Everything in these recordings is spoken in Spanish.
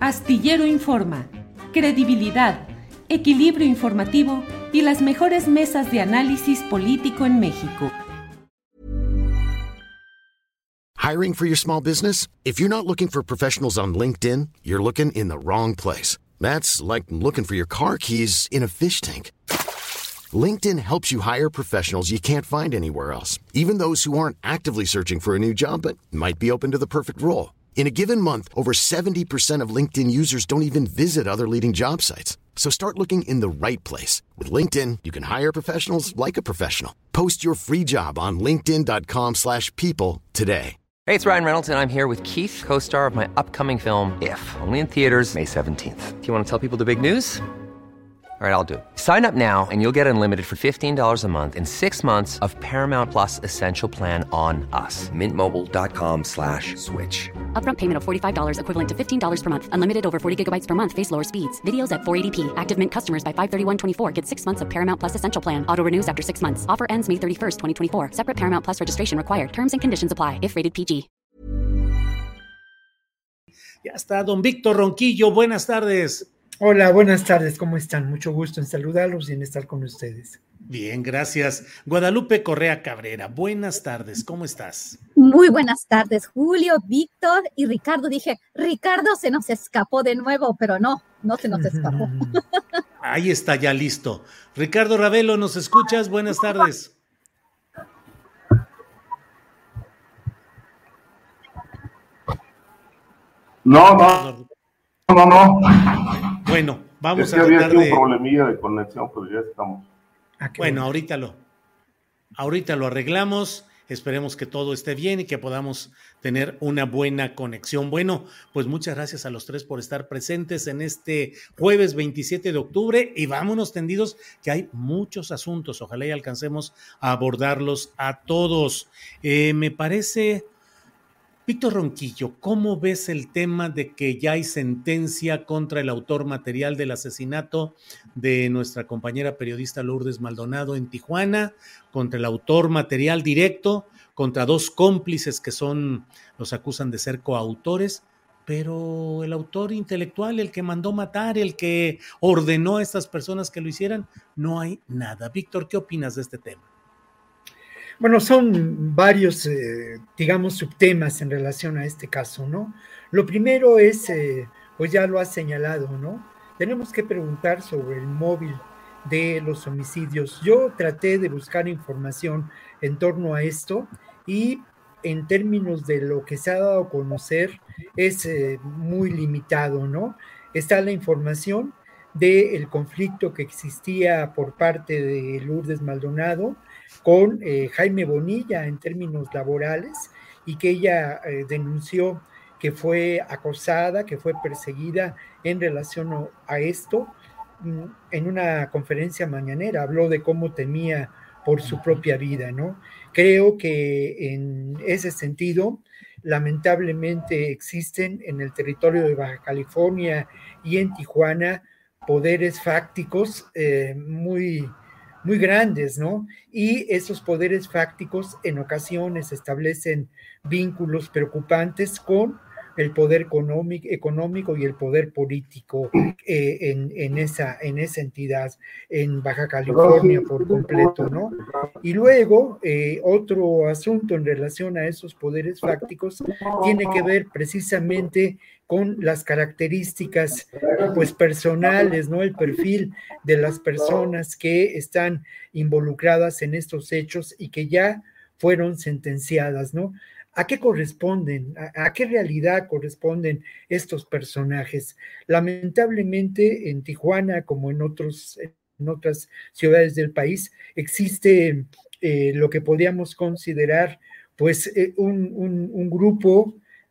Astillero Informa, credibilidad, equilibrio informativo y las mejores mesas de análisis político en México. Hiring for your small business? If you're not looking for professionals on LinkedIn, you're looking in the wrong place. That's like looking for your car keys in a fish tank. LinkedIn helps you hire professionals you can't find anywhere else, even those who aren't actively searching for a new job but might be open to the perfect role. In a given month, over 70% of LinkedIn users don't even visit other leading job sites. So start looking in the right place. With LinkedIn, you can hire professionals like a professional. Post your free job on linkedin.com/people today. Hey, it's Ryan Reynolds, and I'm here with Keith, co-star of my upcoming film, If, only in theaters May 17th. Do you want to tell people the big news? All right, I'll do it. Sign up now and you'll get unlimited for $15 a month and 6 months of Paramount Plus Essential Plan on us. MintMobile.com/switch. Upfront payment of $45 equivalent to $15 per month. Unlimited over 40 gigabytes per month. Face lower speeds. Videos at 480p. Active Mint customers by 531.24 get 6 months of Paramount Plus Essential Plan. Auto renews after 6 months. Offer ends May 31st, 2024. Separate Paramount Plus registration required. Terms and conditions apply if rated PG. Ya está, don Víctor Ronquillo. Buenas tardes. Hola, buenas tardes, ¿cómo están? Mucho gusto en saludarlos y en estar con ustedes. Bien, gracias. Guadalupe Correa Cabrera, buenas tardes, ¿cómo estás? Muy buenas tardes, Julio, Víctor y Ricardo. Dije, Ricardo se nos escapó de nuevo, pero no se nos escapó. Ahí está, ya listo. Ricardo Ravelo, ¿nos escuchas? Buenas tardes. No. Bueno, vamos a había tratar un problemilla de conexión, pero ya estamos. Bueno, ahorita lo arreglamos. Esperemos que todo esté bien y que podamos tener una buena conexión. Bueno, pues muchas gracias a los tres por estar presentes en este jueves 27 de octubre y vámonos tendidos que hay muchos asuntos. Ojalá y alcancemos a abordarlos a todos. Me parece... Víctor Ronquillo, ¿cómo ves el tema de que ya hay sentencia contra el autor material del asesinato de nuestra compañera periodista Lourdes Maldonado en Tijuana, contra el autor material directo, contra 2 cómplices que los acusan de ser coautores, pero el autor intelectual, el que mandó matar, el que ordenó a estas personas que lo hicieran, no hay nada? Víctor, ¿qué opinas de este tema? Bueno, son varios, subtemas en relación a este caso, ¿no? Lo primero es, pues ya lo has señalado, ¿no? Tenemos que preguntar sobre el móvil de los homicidios. Yo traté de buscar información en torno a esto y en términos de lo que se ha dado a conocer es muy limitado, ¿no? Está la información del conflicto que existía por parte de Lourdes Maldonado con Jaime Bonilla en términos laborales y que ella denunció que fue acosada, que fue perseguida en relación a esto. En una conferencia mañanera habló de cómo temía por su propia vida, ¿no? Creo que en ese sentido, lamentablemente existen en el territorio de Baja California y en Tijuana poderes fácticos muy grandes, ¿no? Y esos poderes fácticos en ocasiones establecen vínculos preocupantes con el poder económico y el poder político en esa entidad, en Baja California por completo, ¿no? Y luego, otro asunto en relación a esos poderes fácticos tiene que ver precisamente con las características, pues, personales, ¿no? El perfil de las personas que están involucradas en estos hechos y que ya fueron sentenciadas, ¿no? ¿A qué corresponden? ¿A qué realidad corresponden estos personajes? Lamentablemente en Tijuana, como en otras ciudades del país, existe lo que podríamos considerar pues un grupo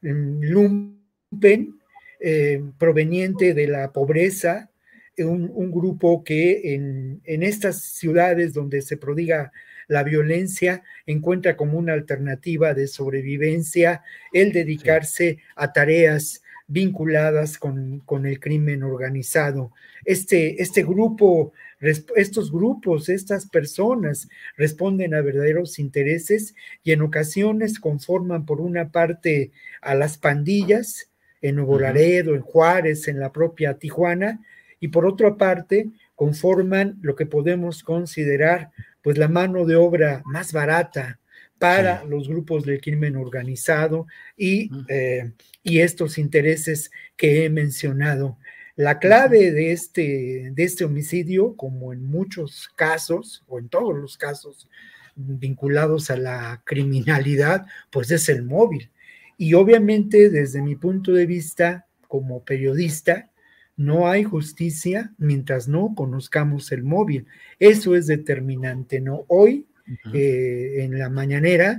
lumpen proveniente de la pobreza, un grupo que en estas ciudades donde se prodiga la violencia encuentra como una alternativa de sobrevivencia el dedicarse a tareas vinculadas con el crimen organizado. Estos grupos, estas personas responden a verdaderos intereses y en ocasiones conforman por una parte a las pandillas, en Nuevo Laredo, en Juárez, en la propia Tijuana, y por otra parte conforman lo que podemos considerar pues la mano de obra más barata para los grupos del crimen organizado y estos intereses que he mencionado. La clave de este homicidio, como en muchos casos, o en todos los casos vinculados a la criminalidad, pues es el móvil. Y obviamente, desde mi punto de vista como periodista, no hay justicia mientras no conozcamos el móvil. Eso es determinante, ¿no? Hoy, en la mañanera,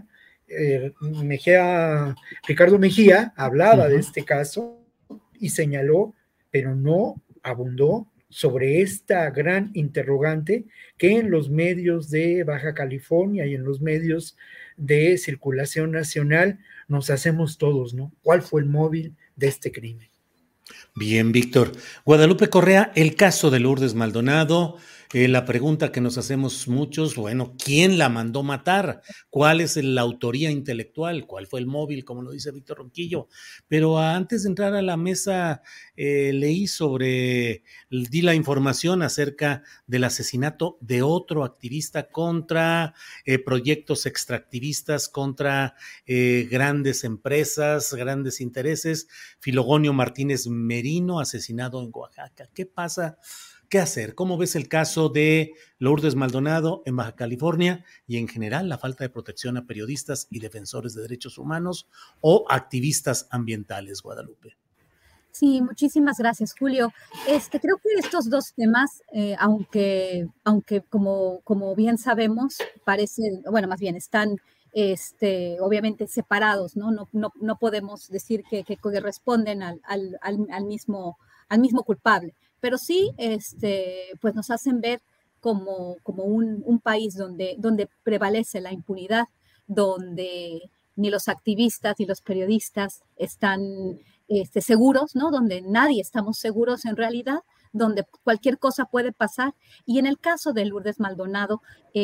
Ricardo Mejía hablaba de este caso y señaló, pero no abundó sobre esta gran interrogante que en los medios de Baja California y en los medios de circulación nacional nos hacemos todos, ¿no? ¿Cuál fue el móvil de este crimen? Bien, Víctor. Guadalupe Correa, el caso de Lourdes Maldonado, la pregunta que nos hacemos muchos, bueno, ¿quién la mandó matar? ¿Cuál es la autoría intelectual? ¿Cuál fue el móvil, como lo dice Víctor Ronquillo? Pero antes de entrar a la mesa, di la información acerca del asesinato de otro activista contra proyectos extractivistas, contra grandes empresas, grandes intereses. Filogonio Martínez Merino, asesinado en Oaxaca. ¿Qué pasa? ¿Qué hacer? ¿Cómo ves el caso de Lourdes Maldonado en Baja California y en general la falta de protección a periodistas y defensores de derechos humanos o activistas ambientales, Guadalupe? Sí, muchísimas gracias, Julio. Creo que estos dos temas, aunque como bien sabemos, parecen, bueno, más bien están obviamente separados, ¿no? No podemos decir que corresponden al mismo culpable, pero sí, pues nos hacen ver como un país donde prevalece la impunidad, donde ni los activistas ni los periodistas están seguros, ¿no? Donde nadie estamos seguros en realidad, donde cualquier cosa puede pasar. Y en el caso de Lourdes Maldonado,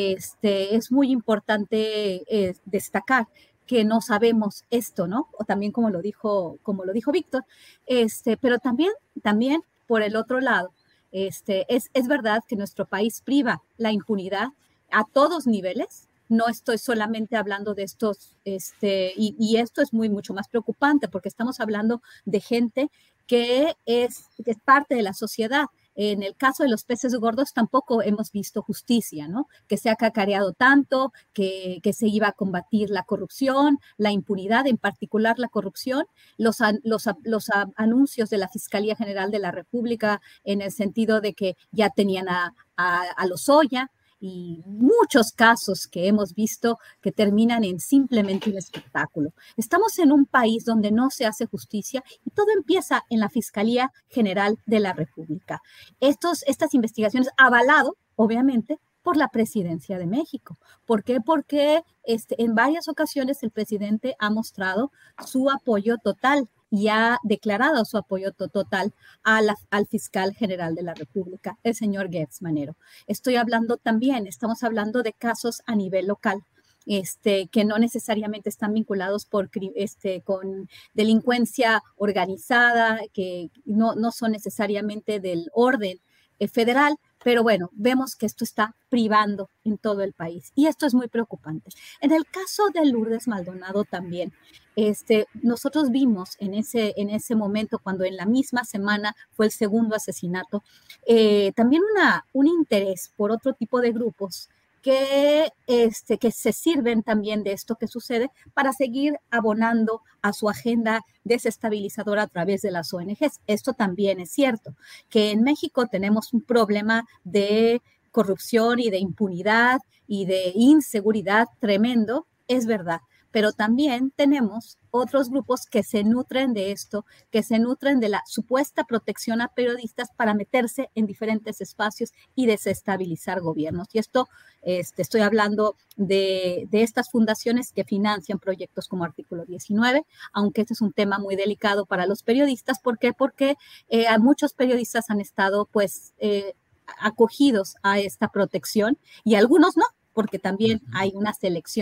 es muy importante destacar que no sabemos esto, ¿no? O también como lo dijo Víctor, pero también por el otro lado, es verdad que nuestro país priva la impunidad a todos niveles. No estoy solamente hablando de estos, y esto es mucho más preocupante porque estamos hablando de gente que es parte de la sociedad. En el caso de los peces gordos tampoco hemos visto justicia, ¿no? Que se ha cacareado tanto, que se iba a combatir la corrupción, la impunidad, en particular la corrupción, los anuncios de la Fiscalía General de la República en el sentido de que ya tenían a Lozoya, y muchos casos que hemos visto que terminan en simplemente un espectáculo. Estamos en un país donde no se hace justicia y todo empieza en la Fiscalía General de la República. Estas investigaciones avalado, obviamente, por la Presidencia de México. ¿Por qué? Porque en varias ocasiones el presidente ha mostrado su apoyo total y ha declarado su apoyo total al fiscal general de la República, el señor Gertz Manero. Estamos hablando de casos a nivel local, que no necesariamente están vinculados con delincuencia organizada, que no son necesariamente del orden federal, pero bueno, vemos que esto está privando en todo el país y esto es muy preocupante. En el caso de Lourdes Maldonado también, nosotros vimos en ese momento, cuando en la misma semana fue el segundo asesinato, también un interés por otro tipo de grupos que se sirven también de esto que sucede para seguir abonando a su agenda desestabilizadora a través de las ONGs. Esto también es cierto, que en México tenemos un problema de corrupción y de impunidad y de inseguridad tremendo, es verdad, pero también tenemos otros grupos que se nutren de esto, que se nutren de la supuesta protección a periodistas para meterse en diferentes espacios y desestabilizar gobiernos. Y esto, estoy hablando de estas fundaciones que financian proyectos como Artículo 19, aunque este es un tema muy delicado para los periodistas. ¿Por qué? Porque muchos periodistas han estado, pues, acogidos a esta protección y algunos no, porque también hay una selección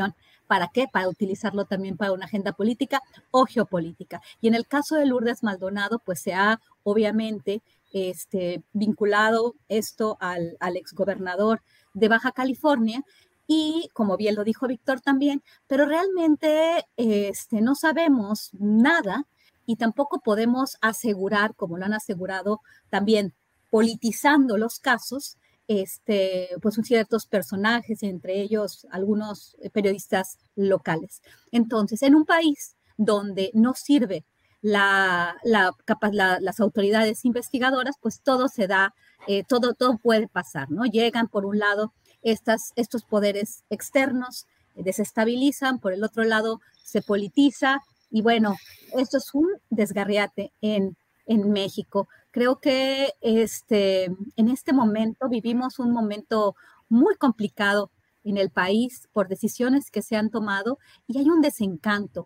¿Para qué? Para utilizarlo también para una agenda política o geopolítica. Y en el caso de Lourdes Maldonado, pues se ha obviamente vinculado esto al exgobernador de Baja California, y como bien lo dijo Víctor también, pero realmente no sabemos nada y tampoco podemos asegurar, como lo han asegurado también politizando los casos, pues ciertos personajes, entre ellos algunos periodistas locales. Entonces, en un país donde no sirve las autoridades investigadoras, pues todo se da, todo puede pasar, ¿no? Llegan por un lado estos poderes externos, desestabilizan, por el otro lado se politiza, y bueno, esto es un desgarriate en México. Creo que en este momento vivimos un momento muy complicado en el país por decisiones que se han tomado, y hay un desencanto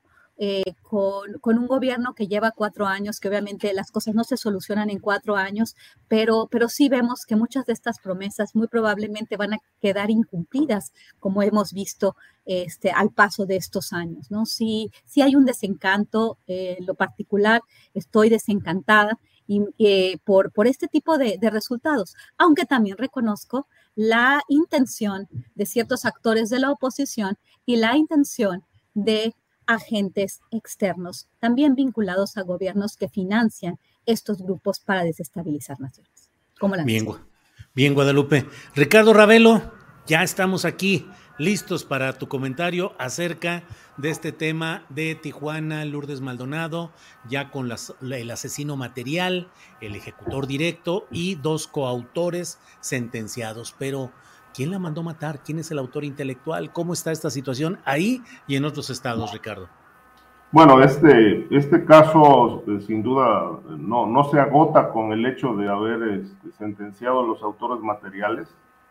con un gobierno que lleva 4 años, que obviamente las cosas no se solucionan en 4 años, pero sí vemos que muchas de estas promesas muy probablemente van a quedar incumplidas, como hemos visto al paso de estos años, ¿no? Sí hay un desencanto, en lo particular estoy desencantada por este tipo de resultados, aunque también reconozco la intención de ciertos actores de la oposición y la intención de agentes externos, también vinculados a gobiernos que financian estos grupos para desestabilizar naciones. Como la Bien, Guadalupe. Ricardo Ravelo, ya estamos aquí listos para tu comentario acerca de este tema de Tijuana, Lourdes Maldonado, ya con el asesino material, el ejecutor directo y 2 coautores sentenciados. Pero ¿quién la mandó matar? ¿Quién es el autor intelectual? ¿Cómo está esta situación ahí y en otros estados, Ricardo? Bueno, este caso sin duda no se agota con el hecho de haber sentenciado a los autores materiales.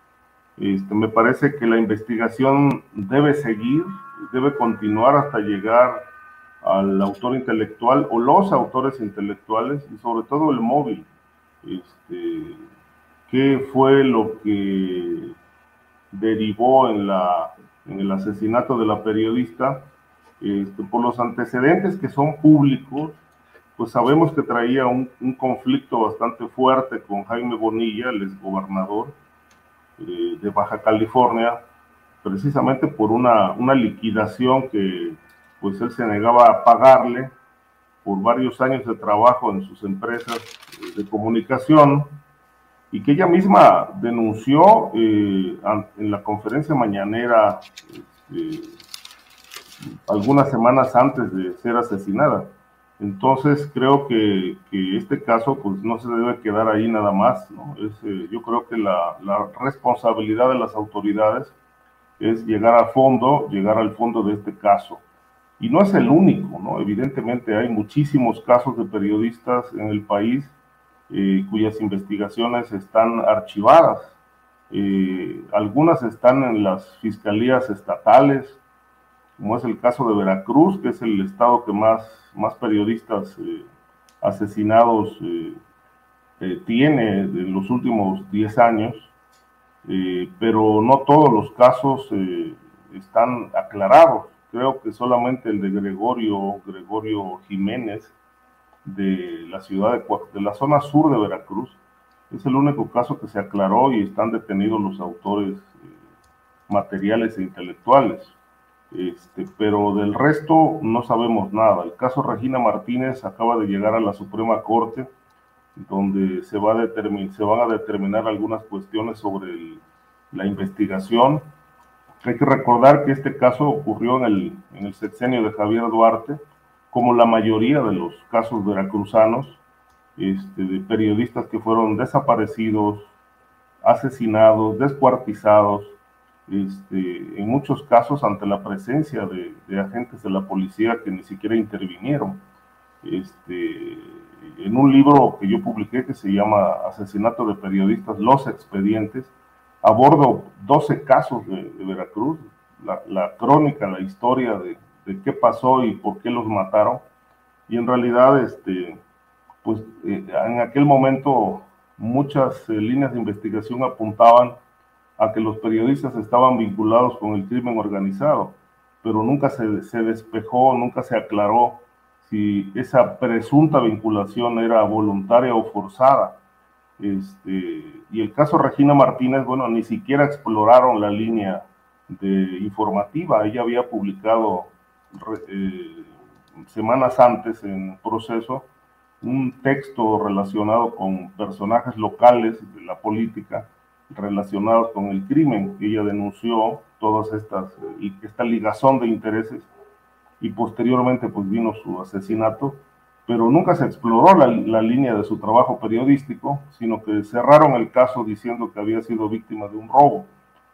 Me parece que la investigación debe seguir, debe continuar hasta llegar al autor intelectual o los autores intelectuales, y sobre todo el móvil. ¿Qué fue lo que derivó en el asesinato de la periodista? Por los antecedentes que son públicos, pues sabemos que traía un conflicto bastante fuerte con Jaime Bonilla, el exgobernador de Baja California, precisamente por una liquidación que pues él se negaba a pagarle por varios años de trabajo en sus empresas de comunicación, y que ella misma denunció en la conferencia mañanera algunas semanas antes de ser asesinada. Entonces creo que este caso pues no se debe quedar ahí nada más, ¿no? Yo creo que la responsabilidad de las autoridades es llegar al fondo de este caso. Y no es el único, ¿no? Evidentemente hay muchísimos casos de periodistas en el país cuyas investigaciones están archivadas. Algunas están en las fiscalías estatales, como es el caso de Veracruz, que es el estado que más periodistas asesinados tiene en los últimos 10 años, pero no todos los casos están aclarados. Creo que solamente el de Gregorio Jiménez, de la de la zona sur de Veracruz, es el único caso que se aclaró y están detenidos los autores materiales e intelectuales. Pero del resto no sabemos nada. El caso Regina Martínez acaba de llegar a la Suprema Corte, donde se van a determinar algunas cuestiones sobre la investigación. Hay que recordar que este caso ocurrió en el sexenio de Javier Duarte, como la mayoría de los casos veracruzanos, de periodistas que fueron desaparecidos, asesinados, descuartizados, en muchos casos ante la presencia de agentes de la policía que ni siquiera intervinieron. En un libro que yo publiqué que se llama Asesinato de Periodistas, Los Expedientes, abordo 12 casos de Veracruz, la crónica, la historia de qué pasó y por qué los mataron. Y en realidad, en aquel momento muchas líneas de investigación apuntaban a que los periodistas estaban vinculados con el crimen organizado. pero nunca se despejó, nunca se aclaró si esa presunta vinculación era voluntaria o forzada. Y el caso Regina Martínez, bueno, ni siquiera exploraron la línea informativa. Ella había publicado semanas antes en Proceso un texto relacionado con personajes locales de la política relacionados con el crimen. Ella denunció todas esta ligazón de intereses y posteriormente pues vino su asesinato, pero nunca se exploró la línea de su trabajo periodístico, sino que cerraron el caso diciendo que había sido víctima de un robo,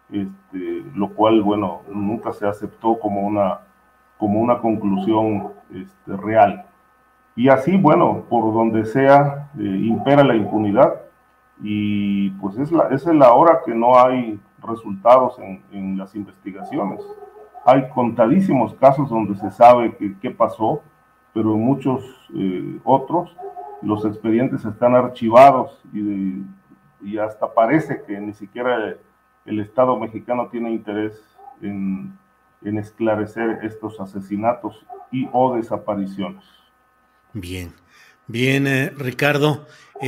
lo cual, bueno, nunca se aceptó como una conclusión real. Y así, bueno, por donde sea, impera la impunidad, y pues esa es la hora que no hay resultados en las investigaciones. Hay contadísimos casos donde se sabe qué pasó, pero en muchos otros los expedientes están archivados y hasta parece que ni siquiera el Estado mexicano tiene interés en esclarecer estos asesinatos o desapariciones. Bien, Ricardo.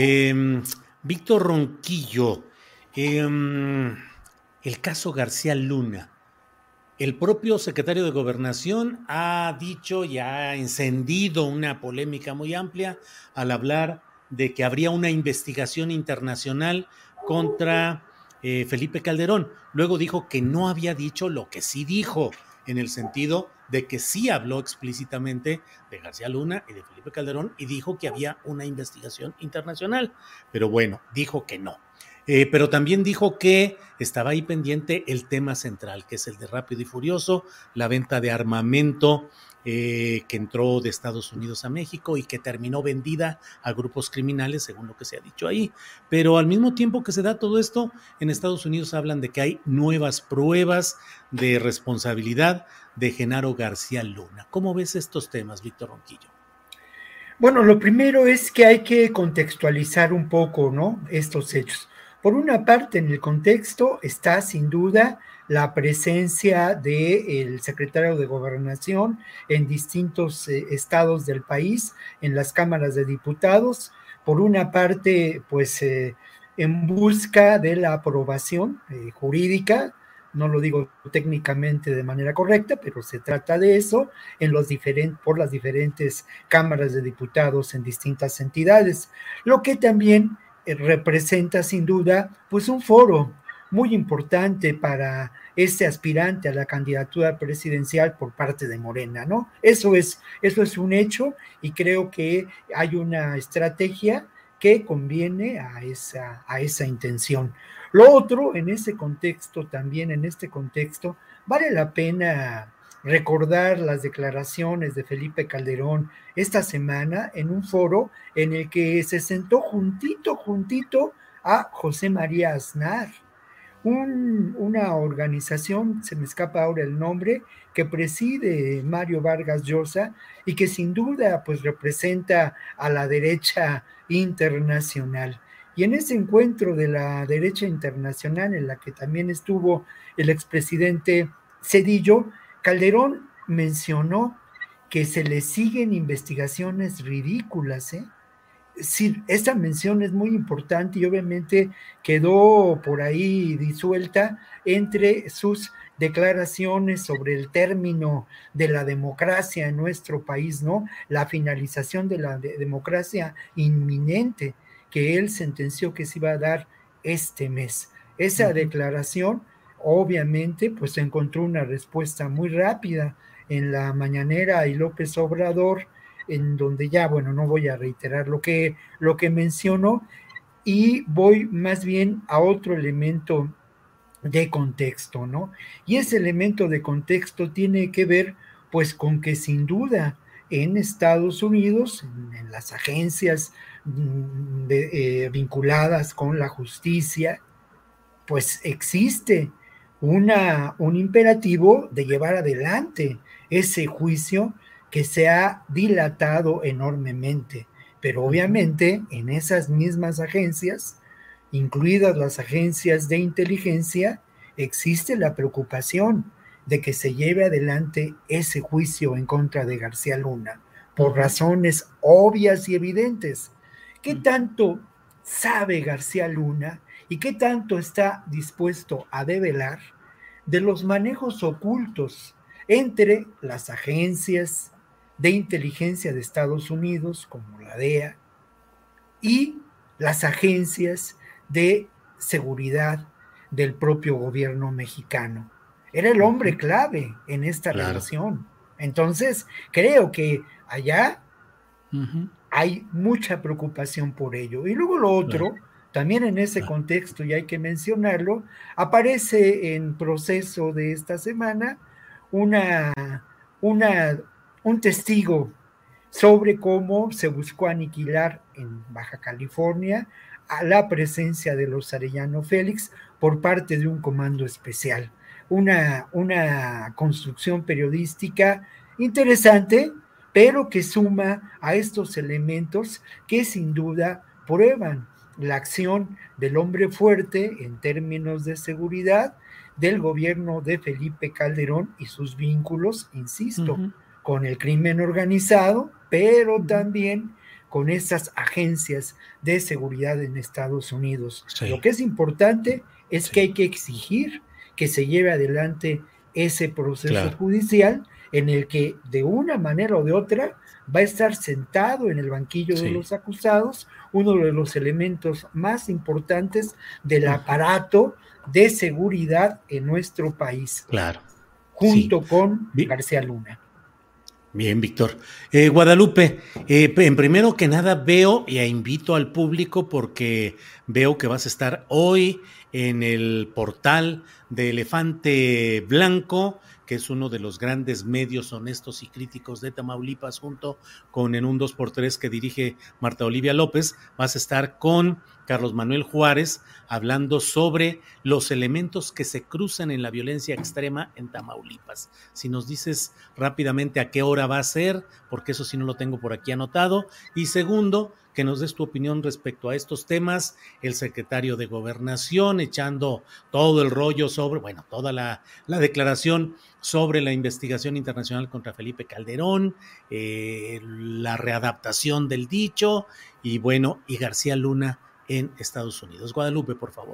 Víctor Ronquillo, el caso García Luna. El propio secretario de Gobernación ha dicho y ha encendido una polémica muy amplia al hablar de que habría una investigación internacional contra Felipe Calderón. Luego dijo que no había dicho lo que sí dijo, en el sentido de que sí habló explícitamente de García Luna y de Felipe Calderón y dijo que había una investigación internacional. Pero bueno, dijo que no. Pero también dijo que estaba ahí pendiente el tema central, que es el de Rápido y Furioso, la venta de armamento que entró de Estados Unidos a México y que terminó vendida a grupos criminales, según lo que se ha dicho ahí. Pero al mismo tiempo que se da todo esto, en Estados Unidos hablan de que hay nuevas pruebas de responsabilidad de Genaro García Luna. ¿Cómo ves estos temas, Víctor Ronquillo? Bueno, lo primero es que hay que contextualizar un poco, ¿no?, estos hechos. Por una parte, en el contexto está sin duda la presencia del secretario de Gobernación en distintos estados del país, en las cámaras de diputados. Por una parte, pues en busca de la aprobación jurídica, no lo digo técnicamente de manera correcta, pero se trata de eso, por las diferentes cámaras de diputados en distintas entidades, lo que también representa sin duda pues un foro muy importante para este aspirante a la candidatura presidencial por parte de Morena, ¿no? Eso es un hecho, y creo que hay una estrategia que conviene a esa intención. Lo otro, en este contexto, vale la pena recordar las declaraciones de Felipe Calderón esta semana en un foro en el que se sentó juntito a José María Aznar, una organización, se me escapa ahora el nombre, que preside Mario Vargas Llosa y que sin duda pues representa a la derecha internacional. Y en ese encuentro de la derecha internacional, en la que también estuvo el expresidente Zedillo, Calderón mencionó que se le siguen investigaciones ridículas, Sí, esta mención es muy importante y obviamente quedó por ahí disuelta entre sus declaraciones sobre el término de la democracia en nuestro país, ¿no? La finalización de la democracia inminente que él sentenció que se iba a dar este mes. Esa declaración, obviamente, pues encontró una respuesta muy rápida en la mañanera, y López Obrador, en donde ya, bueno, no voy a reiterar lo que menciono, y voy más bien a otro elemento de contexto, ¿no? Y ese elemento de contexto tiene que ver, pues, con que sin duda en Estados Unidos, en las agencias vinculadas con la justicia, pues existe un imperativo de llevar adelante ese juicio que se ha dilatado enormemente, pero obviamente en esas mismas agencias, incluidas las agencias de inteligencia, existe la preocupación de que se lleve adelante ese juicio en contra de García Luna, por razones obvias y evidentes. ¿Qué tanto sabe García Luna y qué tanto está dispuesto a develar de los manejos ocultos entre las agencias de inteligencia de Estados Unidos, como la DEA, y las agencias de seguridad del propio gobierno mexicano? Era el hombre clave en esta relación. Entonces, creo que allá hay mucha preocupación por ello. Y luego lo otro, también en ese contexto, y hay que mencionarlo, aparece en proceso de esta semana un testigo sobre cómo se buscó aniquilar en Baja California a la presencia de los Arellano Félix por parte de un comando especial. Una construcción periodística interesante, pero que suma a estos elementos que sin duda prueban la acción del hombre fuerte en términos de seguridad del gobierno de Felipe Calderón y sus vínculos, insisto, con el crimen organizado, pero también con esas agencias de seguridad en Estados Unidos. Sí. Lo que es importante es que hay que exigir que se lleve adelante ese proceso judicial en el que de una manera o de otra va a estar sentado en el banquillo de los acusados uno de los elementos más importantes del aparato de seguridad en nuestro país. Junto con García Luna. Bien, Víctor. Guadalupe, en primero que nada veo y invito al público porque veo que vas a estar hoy en el portal de Elefante Blanco, que es uno de los grandes medios honestos y críticos de Tamaulipas, junto con En un 2x3 que dirige Marta Olivia López. Vas a estar con Carlos Manuel Juárez hablando sobre los elementos que se cruzan en la violencia extrema en Tamaulipas. Si nos dices rápidamente a qué hora va a ser, porque eso sí no lo tengo por aquí anotado. Y segundo, que nos des tu opinión respecto a estos temas, el secretario de Gobernación echando todo el rollo sobre, bueno, toda la declaración sobre la investigación internacional contra Felipe Calderón, la readaptación del dicho y bueno, y García Luna en Estados Unidos. Guadalupe, por favor.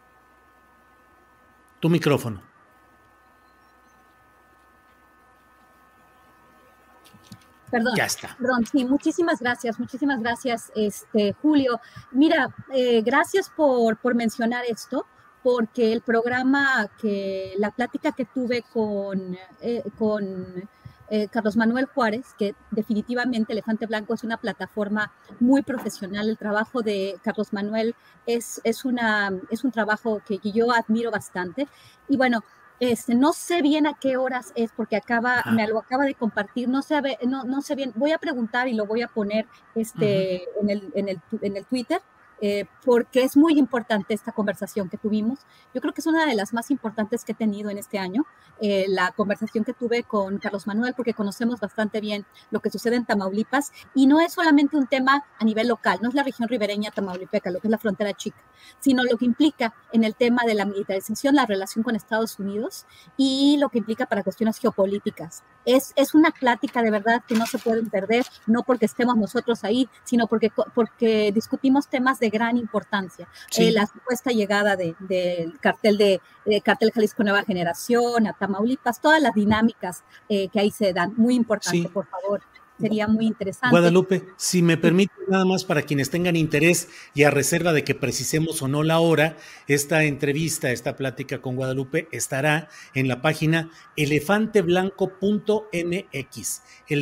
Tu micrófono. Perdón, ya está. Perdón, sí, muchísimas gracias, Julio. Mira, gracias por mencionar esto, porque el programa, la plática que tuve con Carlos Manuel Juárez, que definitivamente Elefante Blanco es una plataforma muy profesional. El trabajo de Carlos Manuel es un trabajo que yo admiro bastante. Y bueno, no sé bien a qué horas es, porque me lo acaba de compartir, no sé bien, voy a preguntar y lo voy a poner en el Twitter, porque es muy importante esta conversación que tuvimos. Yo creo que es una de las más importantes que he tenido en este año, la conversación que tuve con Carlos Manuel, porque conocemos bastante bien lo que sucede en Tamaulipas, y no es solamente un tema a nivel local, no es la región ribereña tamaulipeca, lo que es la frontera chica, sino lo que implica en el tema de la militarización, la relación con Estados Unidos y lo que implica para cuestiones geopolíticas. Es una plática de verdad que no se pueden perder, no porque estemos nosotros ahí, sino porque discutimos temas de gran importancia. Sí. La supuesta llegada del cartel Jalisco Nueva Generación a Tamaulipas, todas las dinámicas que ahí se dan, muy importante, sí. Por favor. Sería muy interesante. Guadalupe, si me permite nada más para quienes tengan interés y a reserva de que precisemos o no la hora, esta entrevista, esta plática con Guadalupe estará en la página elefanteblanco.mx,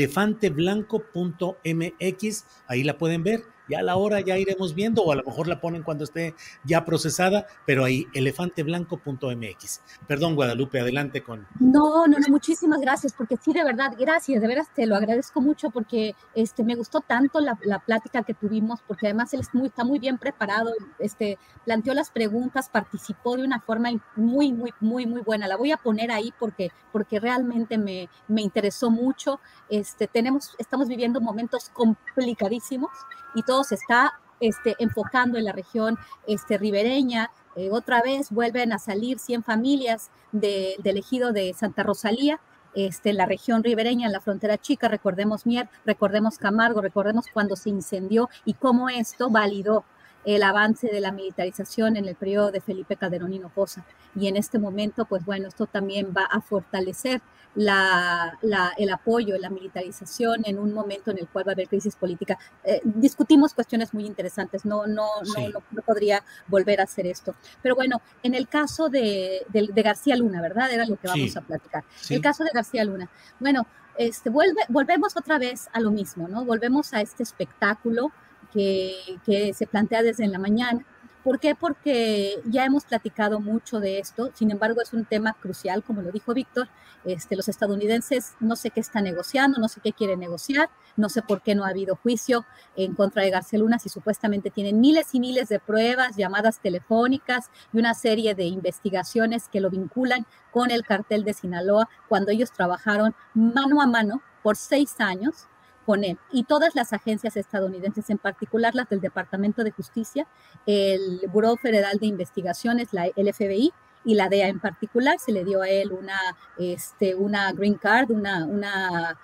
elefanteblanco.mx, ahí la pueden ver. Ya a la hora ya iremos viendo, o a lo mejor la ponen cuando esté ya procesada, pero ahí, elefanteblanco.mx. Perdón, Guadalupe, adelante con... No, muchísimas gracias, porque sí, de verdad, gracias, de veras te lo agradezco mucho, porque me gustó tanto la plática que tuvimos, porque además él está muy bien preparado, planteó las preguntas, participó de una forma muy, muy, muy, muy buena. La voy a poner ahí porque realmente me interesó mucho. Estamos viviendo momentos complicadísimos y todo se está enfocando en la región ribereña. Otra vez vuelven a salir 100 familias del ejido de Santa Rosalía, en la región ribereña, en la frontera chica. Recordemos Mier, recordemos Camargo, recordemos cuando se incendió y cómo esto validó el avance de la militarización en el periodo de Felipe Calderón Hinojosa. Y en este momento, pues bueno, esto también va a fortalecer el apoyo, la militarización en un momento en el cual va a haber crisis política. Discutimos cuestiones muy interesantes, no podría volver a hacer esto. Pero bueno, en el caso de García Luna, ¿verdad? Era lo que vamos a platicar. Sí. El caso de García Luna. Bueno, volvemos otra vez a lo mismo, ¿no? Volvemos a este espectáculo que se plantea desde la mañana. ¿Por qué? Porque ya hemos platicado mucho de esto, sin embargo es un tema crucial, como lo dijo Víctor. Los estadounidenses no sé qué están negociando, no sé qué quieren negociar, no sé por qué no ha habido juicio en contra de García Luna si supuestamente tienen miles y miles de pruebas, llamadas telefónicas y una serie de investigaciones que lo vinculan con el cartel de Sinaloa cuando ellos trabajaron mano a mano por 6 años con él. Y todas las agencias estadounidenses, en particular las del Departamento de Justicia, el Buró Federal de Investigaciones, el FBI, y la DEA en particular, se le dio a él una green card, una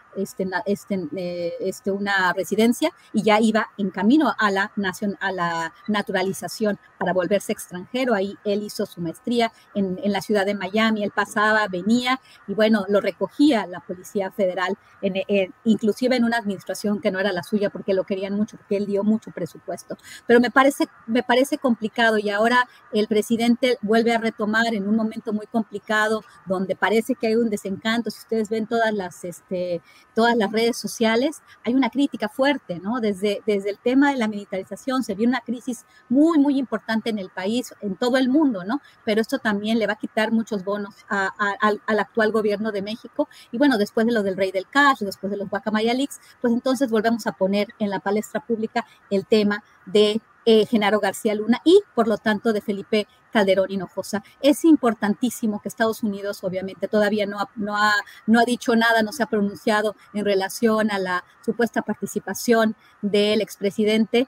residencia, y ya iba en camino a la naturalización para volverse extranjero. Ahí él hizo su maestría en la ciudad de Miami. Él pasaba, venía, y bueno, lo recogía la Policía Federal, inclusive en una administración que no era la suya, porque lo querían mucho, porque él dio mucho presupuesto. Pero me parece complicado, y ahora el presidente vuelve a retomar en un momento muy complicado, donde parece que hay un desencanto. Si ustedes ven todas las redes sociales, hay una crítica fuerte, ¿no? Desde el tema de la militarización se vio una crisis muy, muy importante en el país, en todo el mundo, ¿no? Pero esto también le va a quitar muchos bonos al actual gobierno de México. Y bueno, después de lo del Rey del Cash, después de los Guacamaya Leaks, pues entonces volvemos a poner en la palestra pública el tema de Genaro García Luna y, por lo tanto, de Felipe Calderón Hinojosa. Es importantísimo que Estados Unidos, obviamente, todavía no ha dicho nada, no se ha pronunciado en relación a la supuesta participación del expresidente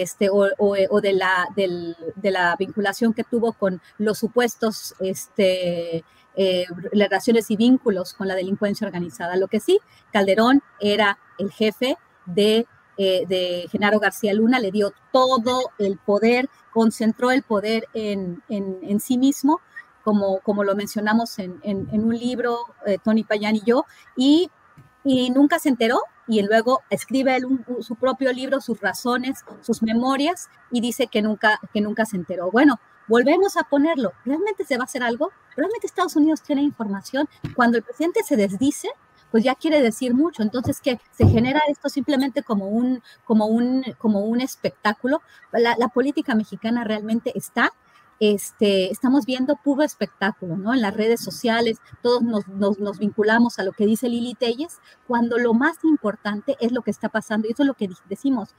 o de la vinculación que tuvo con los supuestos relaciones y vínculos con la delincuencia organizada. Lo que sí, Calderón era el jefe de Genaro García Luna, le dio todo el poder, concentró el poder en sí mismo, como lo mencionamos en un libro, Tony Payán y yo, y nunca se enteró, y luego escribe él su propio libro, sus razones, sus memorias, y dice que nunca se enteró. Bueno, volvemos a ponerlo. ¿Realmente se va a hacer algo? ¿Realmente Estados Unidos tiene información? Cuando el presidente se desdice, pues ya quiere decir mucho. Entonces, que se genera esto simplemente como un espectáculo. La política mexicana realmente estamos viendo puro espectáculo, ¿no? En las redes sociales todos nos vinculamos a lo que dice Lili Téllez, cuando lo más importante es lo que está pasando, y eso es lo que decimos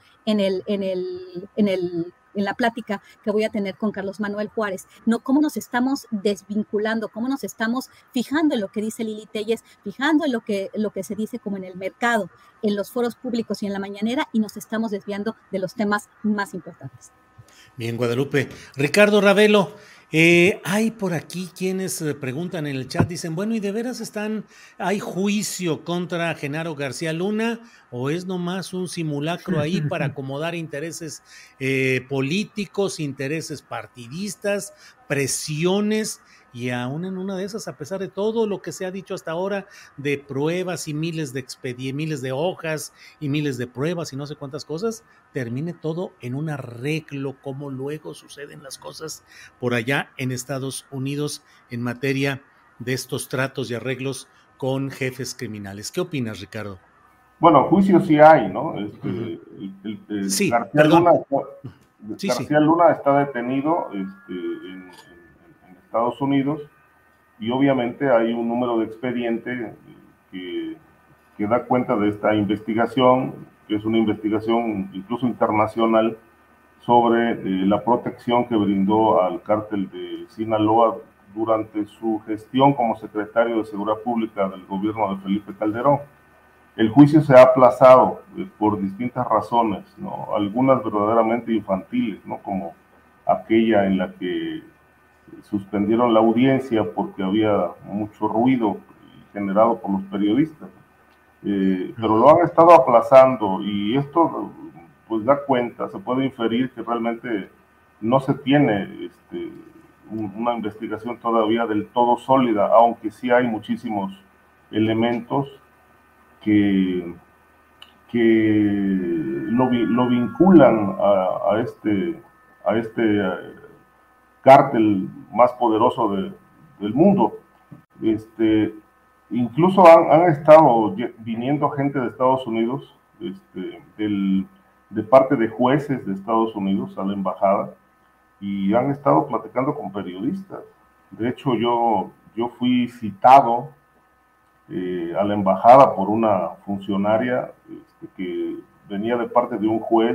en la plática que voy a tener con Carlos Manuel Juárez, ¿no? Cómo nos estamos desvinculando, cómo nos estamos fijando en lo que dice Lili Téllez, fijando en lo que se dice como en el mercado, en los foros públicos y en la mañanera, y nos estamos desviando de los temas más importantes. Bien, Guadalupe. Ricardo Ravelo, hay por aquí quienes preguntan en el chat, dicen, bueno, ¿y de veras hay juicio contra Genaro García Luna o es nomás un simulacro ahí para acomodar intereses políticos, intereses partidistas, presiones? Y aún en una de esas, a pesar de todo lo que se ha dicho hasta ahora de pruebas y miles de hojas y miles de pruebas y no sé cuántas cosas, termine todo en un arreglo, como luego suceden las cosas por allá en Estados Unidos en materia de estos tratos y arreglos con jefes criminales. ¿Qué opinas, Ricardo? Bueno, juicio sí hay, ¿no? Sí, García Luna está detenido en Estados Unidos, y obviamente hay un número de expediente que da cuenta de esta investigación, que es una investigación incluso internacional sobre la protección que brindó al cártel de Sinaloa durante su gestión como secretario de Seguridad Pública del gobierno de Felipe Calderón. el juicio se ha aplazado por distintas razones, ¿no? Algunas verdaderamente infantiles, ¿no? Como aquella en la que suspendieron la audiencia porque había mucho ruido generado por los periodistas. Pero lo han estado aplazando y esto pues da cuenta, se puede inferir que realmente no se tiene una investigación todavía del todo sólida, aunque sí hay muchísimos elementos que lo vinculan a este cártel más poderoso del mundo. Incluso han estado viniendo gente de Estados Unidos, de parte de jueces de Estados Unidos a la embajada, y han estado platicando con periodistas. De hecho, yo fui citado a la embajada por una funcionaria que venía de parte de un juez.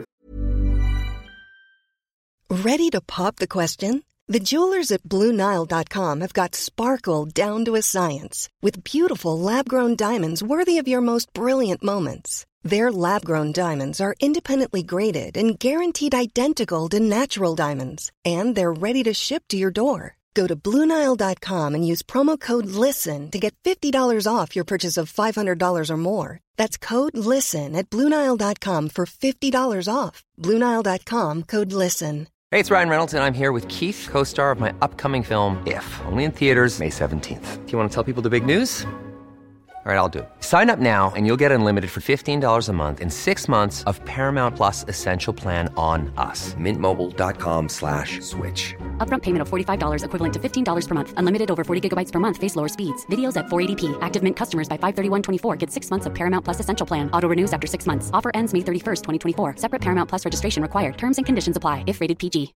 Ready to pop the question? The jewelers at BlueNile.com have got sparkle down to a science with beautiful lab-grown diamonds worthy of your most brilliant moments. Their lab-grown diamonds are independently graded and guaranteed identical to natural diamonds, and they're ready to ship to your door. Go to BlueNile.com and use promo code LISTEN to get $50 off your purchase of $500 or more. That's code LISTEN at BlueNile.com for $50 off. BlueNile.com, code LISTEN. Hey, it's Ryan Reynolds, and I'm here with Keith, co-star of my upcoming film, If, only in theaters May 17th. Do you want to tell people the big news? All right, I'll do it. Sign up now and you'll get unlimited for $15 a month and 6 months of Paramount Plus Essential Plan on us. MintMobile.com/switch. Upfront payment of $45 equivalent to $15 per month. Unlimited over 40 gigabytes per month. Face lower speeds. Videos at 480p. Active Mint customers by 531.24 get 6 months of Paramount Plus Essential Plan. Auto renews after 6 months. Offer ends May 31st, 2024. Separate Paramount Plus registration required. Terms and conditions apply if rated PG.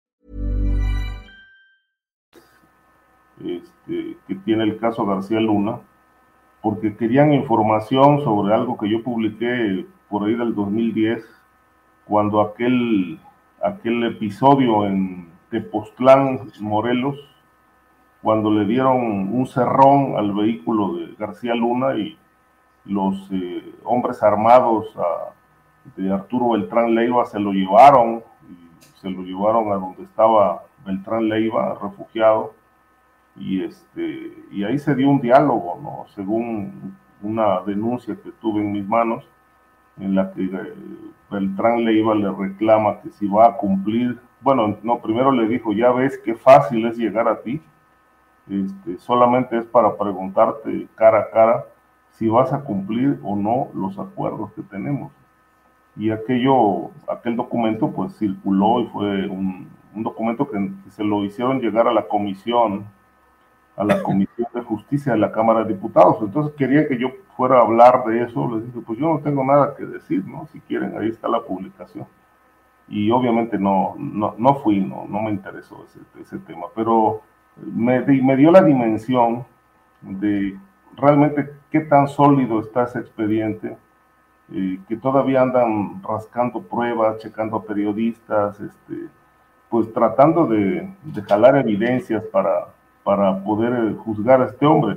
Que tiene el caso García Luna, porque querían información sobre algo que yo publiqué por ahí del 2010, cuando aquel episodio en Tepoztlán, Morelos, cuando le dieron un cerrón al vehículo de García Luna y los hombres armados de Arturo Beltrán Leiva se lo llevaron a donde estaba Beltrán Leiva, refugiado. Y ahí se dio un diálogo, ¿no? Según una denuncia que tuve en mis manos, en la que Beltrán Leiva le reclama que si va a cumplir, bueno, no, primero le dijo, ya ves qué fácil es llegar a ti, solamente es para preguntarte cara a cara si vas a cumplir o no los acuerdos que tenemos. Y aquel documento pues circuló y fue un documento que se lo hicieron llegar a la Comisión de Justicia de la Cámara de Diputados. Entonces quería que yo fuera a hablar de eso. Les dije, pues yo no tengo nada que decir, ¿no? Si quieren, ahí está la publicación. Y obviamente no fui, no me interesó ese tema, pero me dio la dimensión de realmente qué tan sólido está ese expediente, que todavía andan rascando pruebas, checando a periodistas, pues tratando de jalar evidencias para poder juzgar a este hombre.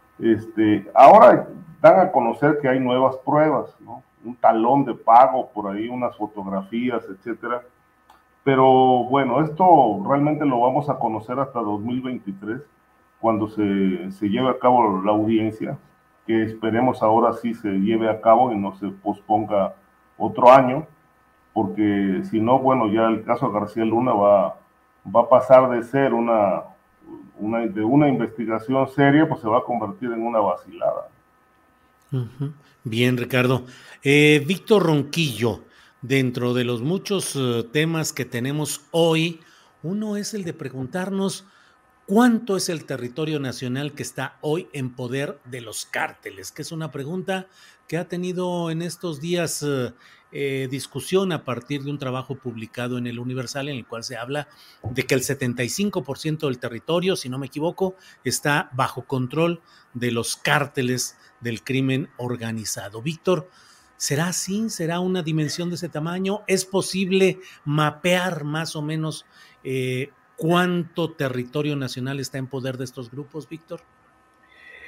Ahora dan a conocer que hay nuevas pruebas, ¿no? Un talón de pago por ahí, unas fotografías, etcétera. Pero bueno, esto realmente lo vamos a conocer hasta 2023, cuando se lleve a cabo la audiencia, que esperemos ahora sí se lleve a cabo y no se posponga otro año, porque si no, bueno, ya el caso García Luna va a pasar de ser una investigación seria, pues se va a convertir en una vacilada. Uh-huh. Bien, Ricardo. Víctor Ronquillo, dentro de los muchos temas que tenemos hoy, uno es el de preguntarnos cuánto es el territorio nacional que está hoy en poder de los cárteles, que es una pregunta que ha tenido en estos días discusión a partir de un trabajo publicado en El Universal, en el cual se habla de que el 75% del territorio, si no me equivoco, está bajo control de los cárteles del crimen organizado. Víctor, ¿será así? ¿Será una dimensión de ese tamaño? ¿Es posible mapear más o menos cuánto territorio nacional está en poder de estos grupos, Víctor?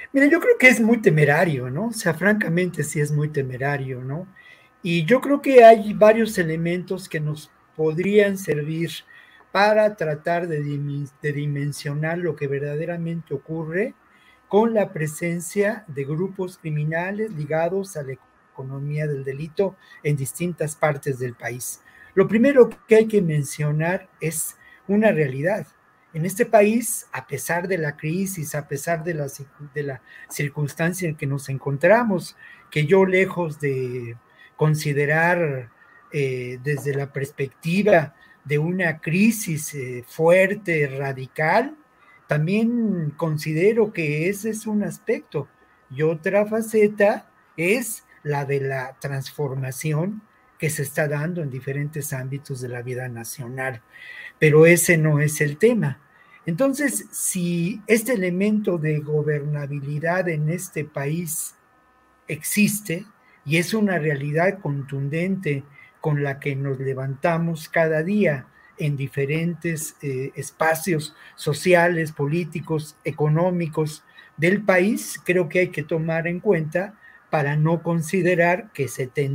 Mira, yo creo que es muy temerario, ¿no? O sea, francamente sí es muy temerario, ¿no? Y yo creo que hay varios elementos que nos podrían servir para tratar de dimensionar lo que verdaderamente ocurre con la presencia de grupos criminales ligados a la economía del delito en distintas partes del país. Lo primero que hay que mencionar es una realidad. En este país, a pesar de la crisis, a pesar de la circunstancia en que nos encontramos, que yo lejos de considerar desde la perspectiva de una crisis fuerte, radical, también considero que ese es un aspecto. Y otra faceta es la de la transformación que se está dando en diferentes ámbitos de la vida nacional. Pero ese no es el tema. Entonces, si este elemento de gobernabilidad en este país existe y es una realidad contundente con la que nos levantamos cada día en diferentes espacios sociales, políticos, económicos del país, creo que hay que tomar en cuenta para no considerar que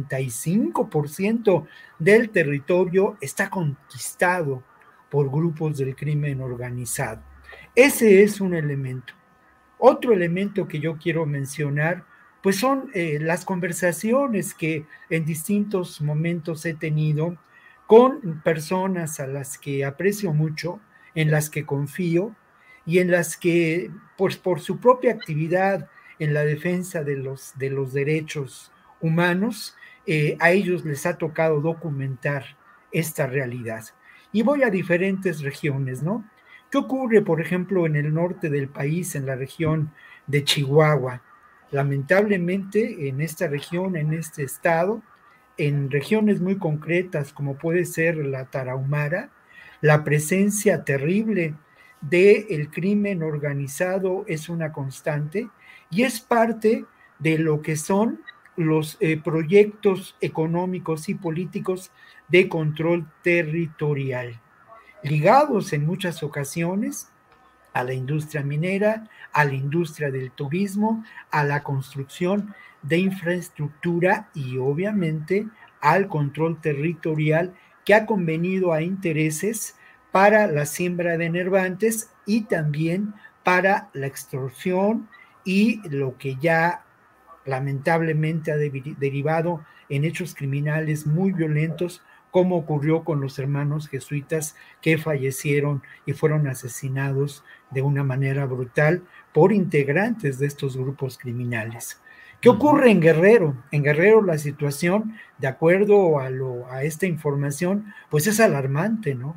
75% del territorio está conquistado por grupos del crimen organizado. Ese es un elemento. Otro elemento que yo quiero mencionar, pues son las conversaciones que en distintos momentos he tenido con personas a las que aprecio mucho, en las que confío y en las que, pues por su propia actividad en la defensa de los derechos humanos, a ellos les ha tocado documentar esta realidad. Y voy a diferentes regiones, ¿no? ¿Qué ocurre, por ejemplo, en el norte del país, en la región de Chihuahua? Lamentablemente, en esta región, en este estado, en regiones muy concretas, como puede ser la Tarahumara, la presencia terrible del crimen organizado es una constante y es parte de lo que son los proyectos económicos y políticos de control territorial, ligados en muchas ocasiones a la industria minera, a la industria del turismo, a la construcción de infraestructura y obviamente al control territorial que ha convenido a intereses para la siembra de enervantes y también para la extorsión y lo que ya lamentablemente ha derivado en hechos criminales muy violentos, como ocurrió con los hermanos jesuitas que fallecieron y fueron asesinados de una manera brutal por integrantes de estos grupos criminales. ¿Qué ocurre en Guerrero? En Guerrero la situación, de acuerdo a esta información, pues es alarmante, ¿no?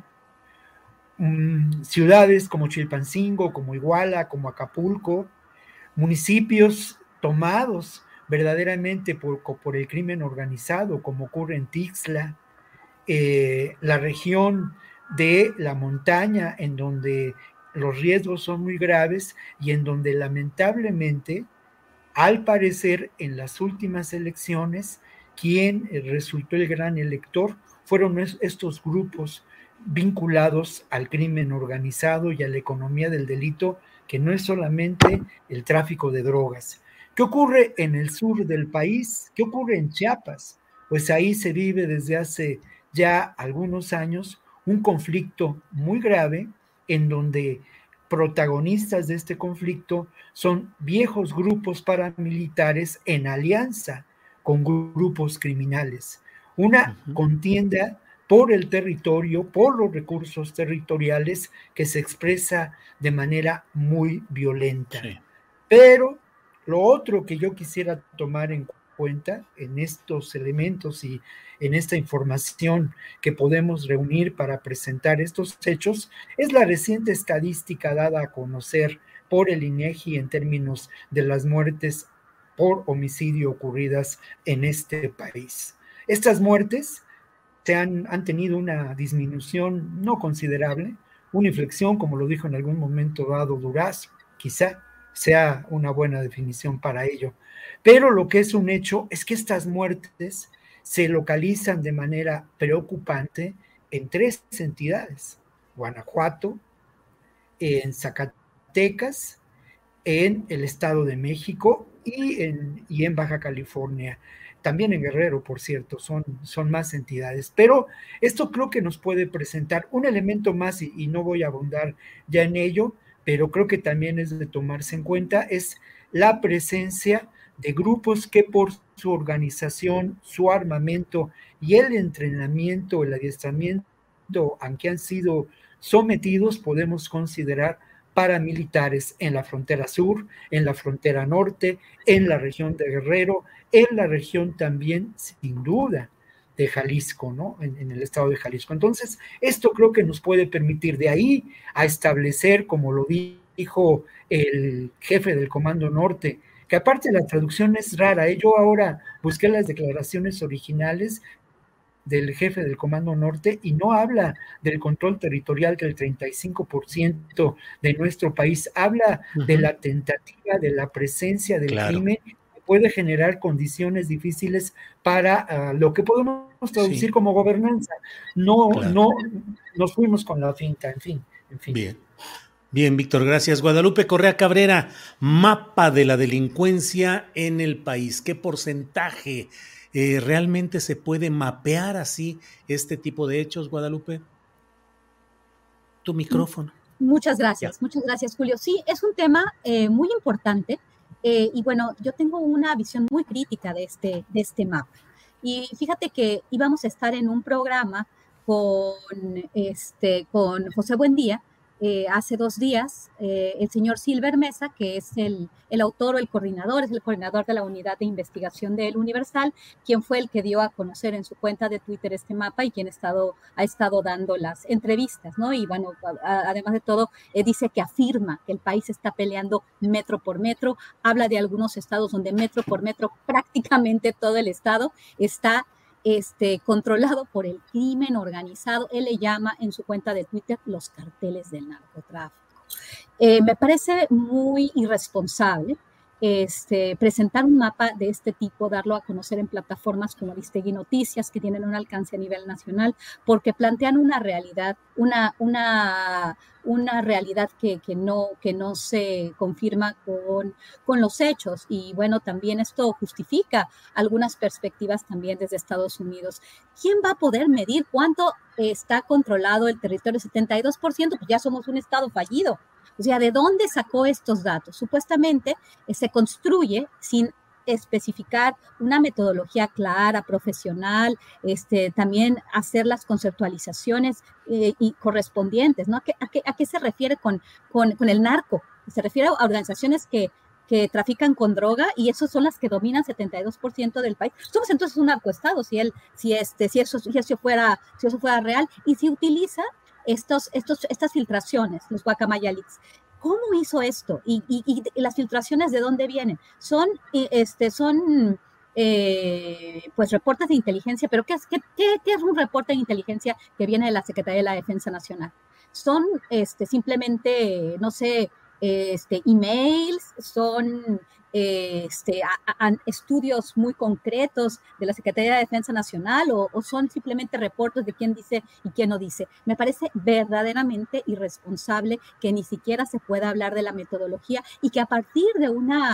Ciudades como Chilpancingo, como Iguala, como Acapulco, municipios tomados verdaderamente por el crimen organizado, como ocurre en Tixla, la región de la montaña, en donde los riesgos son muy graves y en donde lamentablemente, al parecer, en las últimas elecciones, quien resultó el gran elector fueron estos grupos vinculados al crimen organizado y a la economía del delito, que no es solamente el tráfico de drogas. ¿Qué ocurre en el sur del país? ¿Qué ocurre en Chiapas? Pues ahí se vive desde hace ya algunos años un conflicto muy grave en donde protagonistas de este conflicto son viejos grupos paramilitares en alianza con grupos criminales. Una contienda por el territorio, por los recursos territoriales que se expresa de manera muy violenta. Sí. Pero lo otro que yo quisiera tomar en cuenta en estos elementos y en esta información que podemos reunir para presentar estos hechos es la reciente estadística dada a conocer por el INEGI en términos de las muertes por homicidio ocurridas en este país. Estas muertes han tenido una disminución no considerable, una inflexión, como lo dijo en algún momento dado Durazo, quizá sea una buena definición para ello. Pero lo que es un hecho es que estas muertes se localizan de manera preocupante en 3 entidades: Guanajuato, en Zacatecas en el Estado de México y en Baja California. También en Guerrero, por cierto, son más entidades. Pero esto creo que nos puede presentar un elemento más, y no voy a abundar ya en ello, pero creo que también es de tomarse en cuenta, es la presencia de grupos que por su organización, su armamento y el entrenamiento, el adiestramiento a que han sido sometidos, podemos considerar paramilitares en la frontera sur, en la frontera norte, en la región de Guerrero, en la región también, sin duda, de Jalisco, ¿no? En el estado de Jalisco. Entonces, esto creo que nos puede permitir de ahí a establecer, como lo dijo el jefe del Comando Norte, que aparte la traducción es rara, yo ahora busqué las declaraciones originales del jefe del Comando Norte y no habla del control territorial del 35% de nuestro país, habla de la tentativa, de la presencia del crimen, que puede generar condiciones difíciles para lo que podemos traducir como gobernanza. No nos fuimos con la finta, en fin. Bien, Víctor, gracias. Guadalupe Correa Cabrera, mapa de la delincuencia en el país. ¿Qué porcentaje realmente se puede mapear así este tipo de hechos, Guadalupe? Tu micrófono. Muchas gracias, Julio. Sí, es un tema muy importante y bueno, yo tengo una visión muy crítica de este mapa. Y fíjate que íbamos a estar en un programa con José Buendía, hace 2 días, el señor Silver Mesa, que es el autor o el coordinador, es el coordinador de la unidad de investigación del Universal, quien fue el que dio a conocer en su cuenta de Twitter este mapa y quien ha estado dando las entrevistas, ¿no? Y bueno, además de todo, dice que afirma que el país está peleando metro por metro, habla de algunos estados donde metro por metro prácticamente todo el estado está controlado por el crimen organizado. Él le llama en su cuenta de Twitter los carteles del narcotráfico. Me parece muy irresponsable presentar un mapa de este tipo, darlo a conocer en plataformas como Aristegui Noticias, que tienen un alcance a nivel nacional, porque plantean una realidad, una realidad que no se confirma con los hechos. Y bueno, también esto justifica algunas perspectivas también desde Estados Unidos. ¿Quién va a poder medir cuánto está controlado el territorio? 72%, pues ya somos un estado fallido. O sea, ¿de dónde sacó estos datos? Supuestamente se construye sin especificar una metodología clara, profesional, también hacer las conceptualizaciones y correspondientes, ¿no? ¿A qué se refiere con el narco? Se refiere a organizaciones que trafican con droga y esas son las que dominan 72% del país. Somos entonces un narcoestado si eso fuera real y si utiliza estas filtraciones, los guacamaya leaks. ¿Cómo hizo esto? ¿Y las filtraciones de dónde vienen? Son pues reportes de inteligencia, pero ¿qué es un reporte de inteligencia que viene de la Secretaría de la Defensa Nacional? Son simplemente, no sé, emails, son estudios muy concretos de la Secretaría de Defensa Nacional o son simplemente reportes de quién dice y quién no dice. Me parece verdaderamente irresponsable que ni siquiera se pueda hablar de la metodología y que a partir de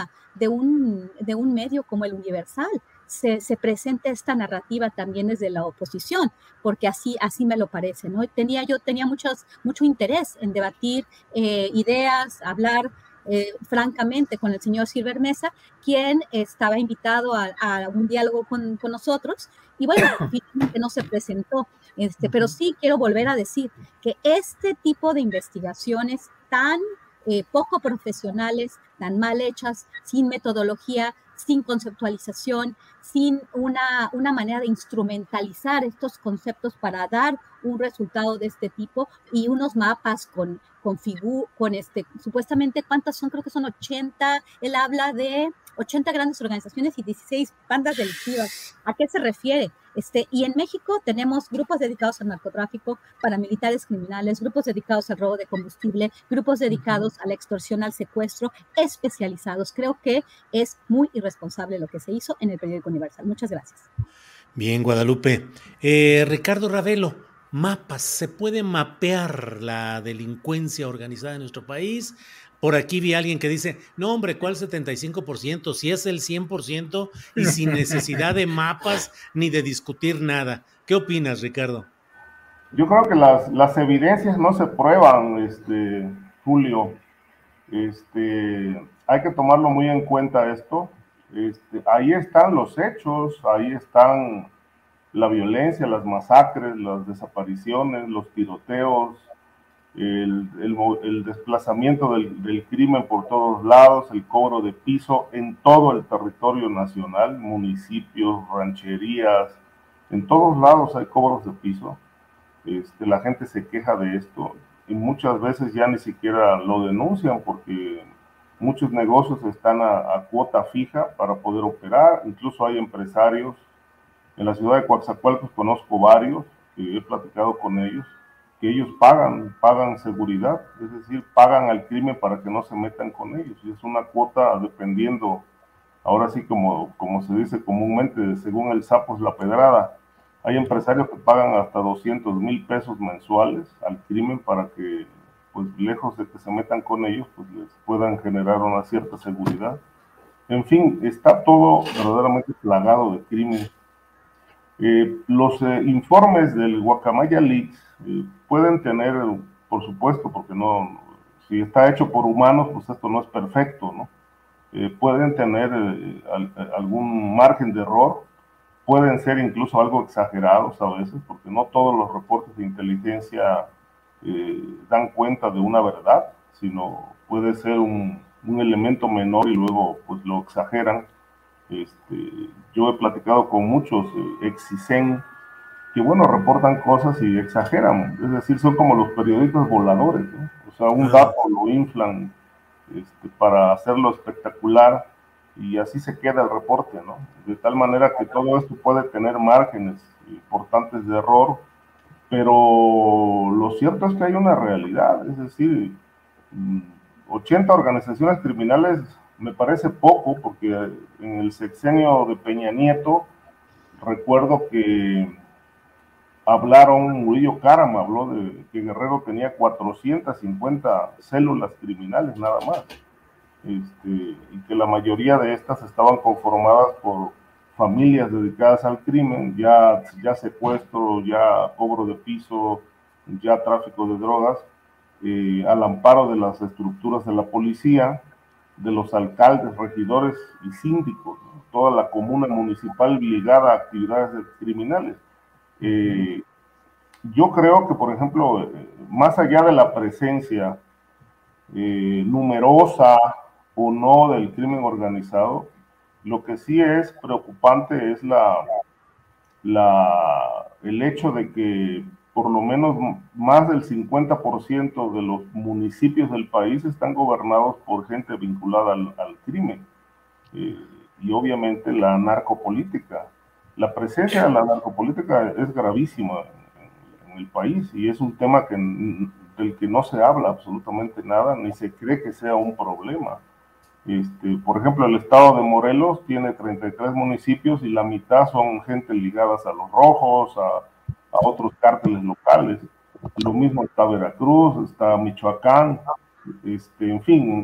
un medio como el Universal se presente esta narrativa también desde la oposición, porque así me lo parece, ¿no? Yo tenía mucho interés en debatir ideas, hablar francamente con el señor Silver Mesa, quien estaba invitado a un diálogo con nosotros, y bueno, finalmente no se presentó, pero sí quiero volver a decir que este tipo de investigaciones tan poco profesionales, tan mal hechas, sin metodología, sin conceptualización, sin una manera de instrumentalizar estos conceptos para dar un resultado de este tipo y unos mapas con supuestamente, ¿cuántas son? Creo que son 80, él habla de 80 grandes organizaciones y 16 bandas delictivas. ¿A qué se refiere? Y en México tenemos grupos dedicados al narcotráfico, paramilitares criminales, grupos dedicados al robo de combustible, grupos dedicados a la extorsión, al secuestro, especializados. Creo que es muy irresponsable lo que se hizo en el periódico Universal. Muchas gracias. Bien, Guadalupe. Ricardo Ravelo, mapas, ¿se puede mapear la delincuencia organizada en nuestro país? Por aquí vi a alguien que dice, no hombre, ¿cuál 75%? Si es el 100% y sin necesidad de mapas ni de discutir nada. ¿Qué opinas, Ricardo? Yo creo que las evidencias no se prueban, Julio. Hay que tomarlo muy en cuenta esto. Ahí están los hechos, ahí están la violencia, las masacres, las desapariciones, los tiroteos, el desplazamiento del crimen por todos lados, el cobro de piso en todo el territorio nacional, municipios, rancherías, en todos lados hay cobros de piso. La gente se queja de esto y muchas veces ya ni siquiera lo denuncian porque muchos negocios están a cuota fija para poder operar, incluso hay empresarios. En la ciudad de Coatzacoalcos conozco varios, que he platicado con ellos, que ellos pagan seguridad, es decir, pagan al crimen para que no se metan con ellos. Y es una cuota dependiendo, ahora sí como se dice comúnmente, según el sapo es la pedrada. Hay empresarios que pagan hasta 200,000 pesos mensuales al crimen para que, pues lejos de que se metan con ellos, pues les puedan generar una cierta seguridad. En fin, está todo verdaderamente plagado de crimen. Los informes del Guacamaya Leaks pueden tener, por supuesto, porque no, si está hecho por humanos, pues esto no es perfecto, ¿no? Pueden tener algún margen de error, pueden ser incluso algo exagerados a veces, porque no todos los reportes de inteligencia dan cuenta de una verdad, sino puede ser un elemento menor y luego pues lo exageran. Yo he platicado con muchos ex-CISEN que, bueno, reportan cosas y exageran, es decir, son como los periodistas voladores, ¿no? O sea, un dato lo inflan para hacerlo espectacular y así se queda el reporte, ¿no? De tal manera que todo esto puede tener márgenes importantes de error, pero lo cierto es que hay una realidad, es decir, 80 organizaciones criminales me parece poco, porque en el sexenio de Peña Nieto recuerdo que Murillo Karam habló de que Guerrero tenía 450 células criminales nada más, y que la mayoría de estas estaban conformadas por familias dedicadas al crimen, ya secuestro, ya cobro de piso, ya tráfico de drogas, al amparo de las estructuras de la policía, de los alcaldes, regidores y síndicos, ¿no? Toda la comuna municipal ligada a actividades criminales. Yo creo que, por ejemplo, más allá de la presencia numerosa o no del crimen organizado, lo que sí es preocupante es el hecho de que por lo menos más del 50% de los municipios del país están gobernados por gente vinculada al crimen. Y obviamente la narcopolítica. La presencia de la narcopolítica es gravísima en el país y es un tema del que no se habla absolutamente nada, ni se cree que sea un problema. Por ejemplo, el estado de Morelos tiene 33 municipios y la mitad son gente ligadas a los rojos, a otros cárteles locales. Lo mismo está Veracruz, está Michoacán, en fin,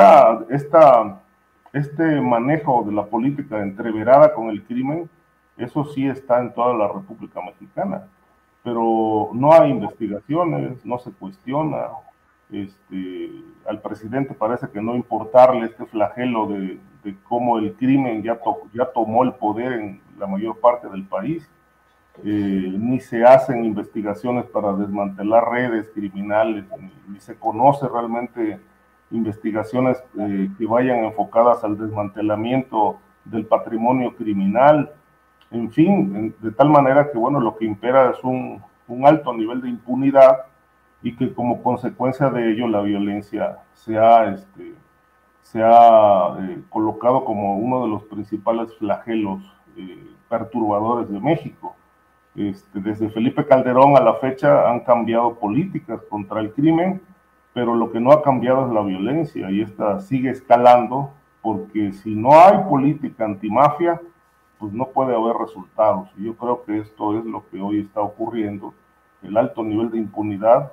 este manejo de la política entreverada con el crimen, eso sí está en toda la República Mexicana, pero no hay investigaciones, no se cuestiona. Al presidente parece que no importarle este flagelo de cómo el crimen ya tomó el poder en la mayor parte del país. Ni se hacen investigaciones para desmantelar redes criminales, ni se conoce realmente investigaciones que vayan enfocadas al desmantelamiento del patrimonio criminal, en fin, de tal manera que, bueno, lo que impera es un alto nivel de impunidad y que como consecuencia de ello la violencia se ha colocado como uno de los principales flagelos perturbadores de México. Desde Felipe Calderón a la fecha han cambiado políticas contra el crimen, pero lo que no ha cambiado es la violencia y esta sigue escalando porque si no hay política antimafia, pues no puede haber resultados. Y yo creo que esto es lo que hoy está ocurriendo el alto nivel de impunidad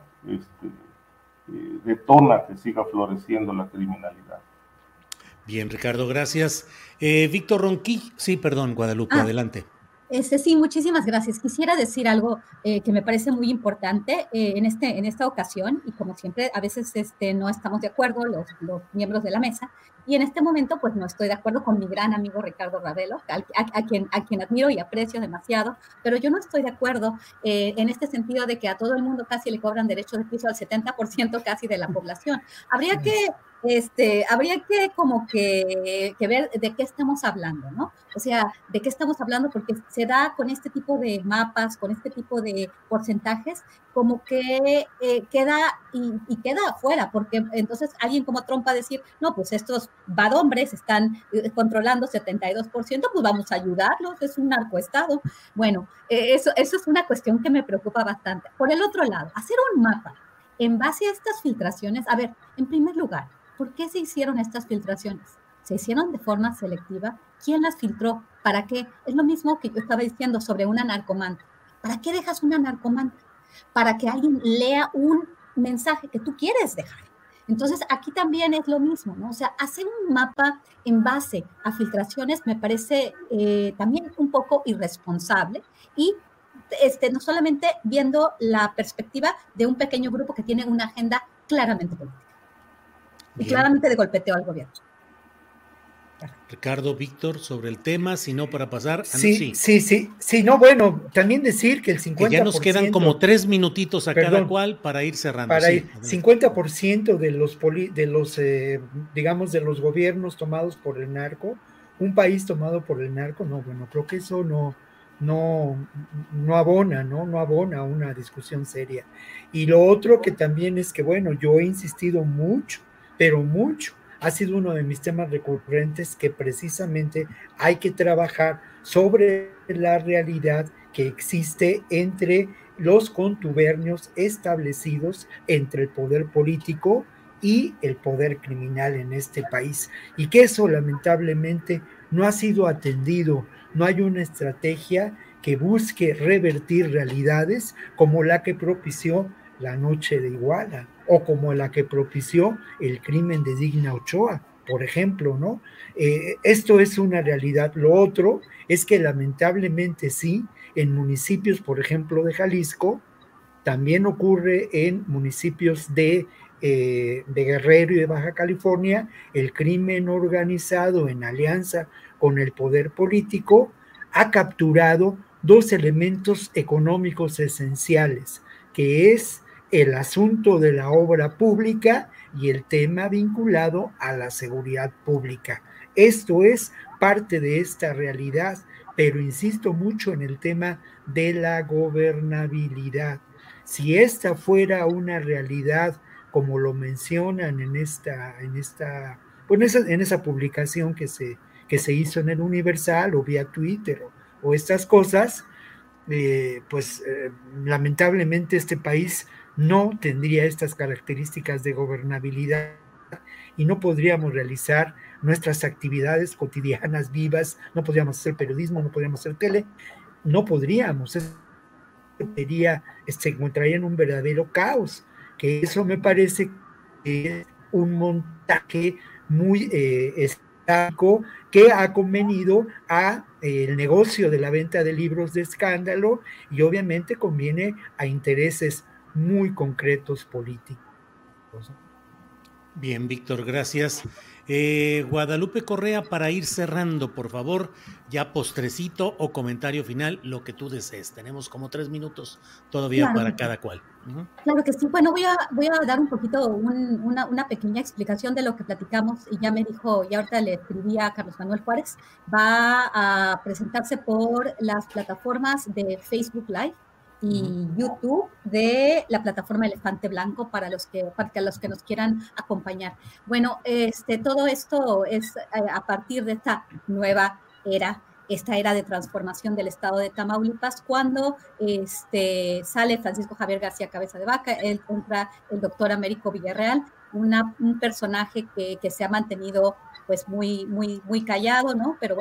detona que siga floreciendo la criminalidad. Bien, Ricardo, gracias. Víctor Ronquillo, sí, perdón, Guadalupe, adelante. Sí, muchísimas gracias. Quisiera decir algo que me parece muy importante en esta ocasión, y como siempre, a veces no estamos de acuerdo los miembros de la mesa, y en este momento pues no estoy de acuerdo con mi gran amigo Ricardo Ravelo, a quien admiro y aprecio demasiado, pero yo no estoy de acuerdo en este sentido de que a todo el mundo casi le cobran derecho de piso al 70% casi de la población. Habría que como que ver de qué estamos hablando, ¿no? O sea, de qué estamos hablando, porque se da con este tipo de mapas, con este tipo de porcentajes, como que queda afuera, porque entonces alguien como Trump va a decir, no, pues estos badhombres están controlando 72%, pues vamos a ayudarlos, es un narcoestado. Bueno, eso es una cuestión que me preocupa bastante. Por el otro lado, hacer un mapa en base a estas filtraciones, a ver, en primer lugar, ¿por qué se hicieron estas filtraciones? ¿Se hicieron de forma selectiva? ¿Quién las filtró? ¿Para qué? Es lo mismo que yo estaba diciendo sobre una narcomanta. ¿Para qué dejas una narcomanta? Para que alguien lea un mensaje que tú quieres dejar. Entonces, aquí también es lo mismo, ¿no? O sea, hacer un mapa en base a filtraciones me parece también un poco irresponsable y no solamente viendo la perspectiva de un pequeño grupo que tiene una agenda claramente política. Y claramente de golpeteo al gobierno. Ricardo, Víctor, sobre el tema, si no para pasar. Sí, no, bueno, también decir que el 50%... Que ya nos quedan como 3 minutitos a cada cual para ir cerrando. Para ir, 50% digamos, de los gobiernos tomados por el narco, un país tomado por el narco, no, bueno, creo que eso no abona, no abona una discusión seria. Y lo otro que también es que, bueno, yo he insistido mucho, pero mucho, ha sido uno de mis temas recurrentes, que precisamente hay que trabajar sobre la realidad que existe entre los contubernios establecidos entre el poder político y el poder criminal en este país, y que eso lamentablemente no ha sido atendido. No hay una estrategia que busque revertir realidades como la que propició la noche de Iguala, o como la que propició el crimen de Digna Ochoa, por ejemplo, ¿no? Esto es una realidad. Lo otro es que lamentablemente sí, en municipios, por ejemplo, de Jalisco, también ocurre en municipios de Guerrero y de Baja California, el crimen organizado en alianza con el poder político ha capturado 2 elementos económicos esenciales, que es el asunto de la obra pública y el tema vinculado a la seguridad pública. Esto es parte de esta realidad, pero insisto mucho en el tema de la gobernabilidad. Si esta fuera una realidad, como lo mencionan en esa publicación que se hizo en el Universal o vía Twitter o estas cosas, lamentablemente este país no tendría estas características de gobernabilidad y no podríamos realizar nuestras actividades cotidianas vivas, no podríamos hacer periodismo, no podríamos hacer tele, no podríamos, se encontraría en un verdadero caos, que eso me parece que es un montaje muy estático que ha convenido a el negocio de la venta de libros de escándalo, y obviamente conviene a intereses muy concretos políticos. Bien, Víctor, gracias. Guadalupe Correa, para ir cerrando, por favor, ya postrecito o comentario final, lo que tú desees. Tenemos como 3 minutos todavía para cada cual. Claro que sí. Bueno, voy a dar un poquito una pequeña explicación de lo que platicamos, y ya me dijo, ya ahorita le escribí a Carlos Manuel Juárez, va a presentarse por las plataformas de Facebook Live y YouTube de la plataforma Elefante Blanco para los que nos quieran acompañar. Bueno, todo esto es a partir de esta nueva era, esta era de transformación del estado de Tamaulipas, cuando sale Francisco Javier García Cabeza de Vaca, él entra el doctor Américo Villarreal, un personaje que se ha mantenido pues muy, muy, muy callado, ¿no? Pero bueno,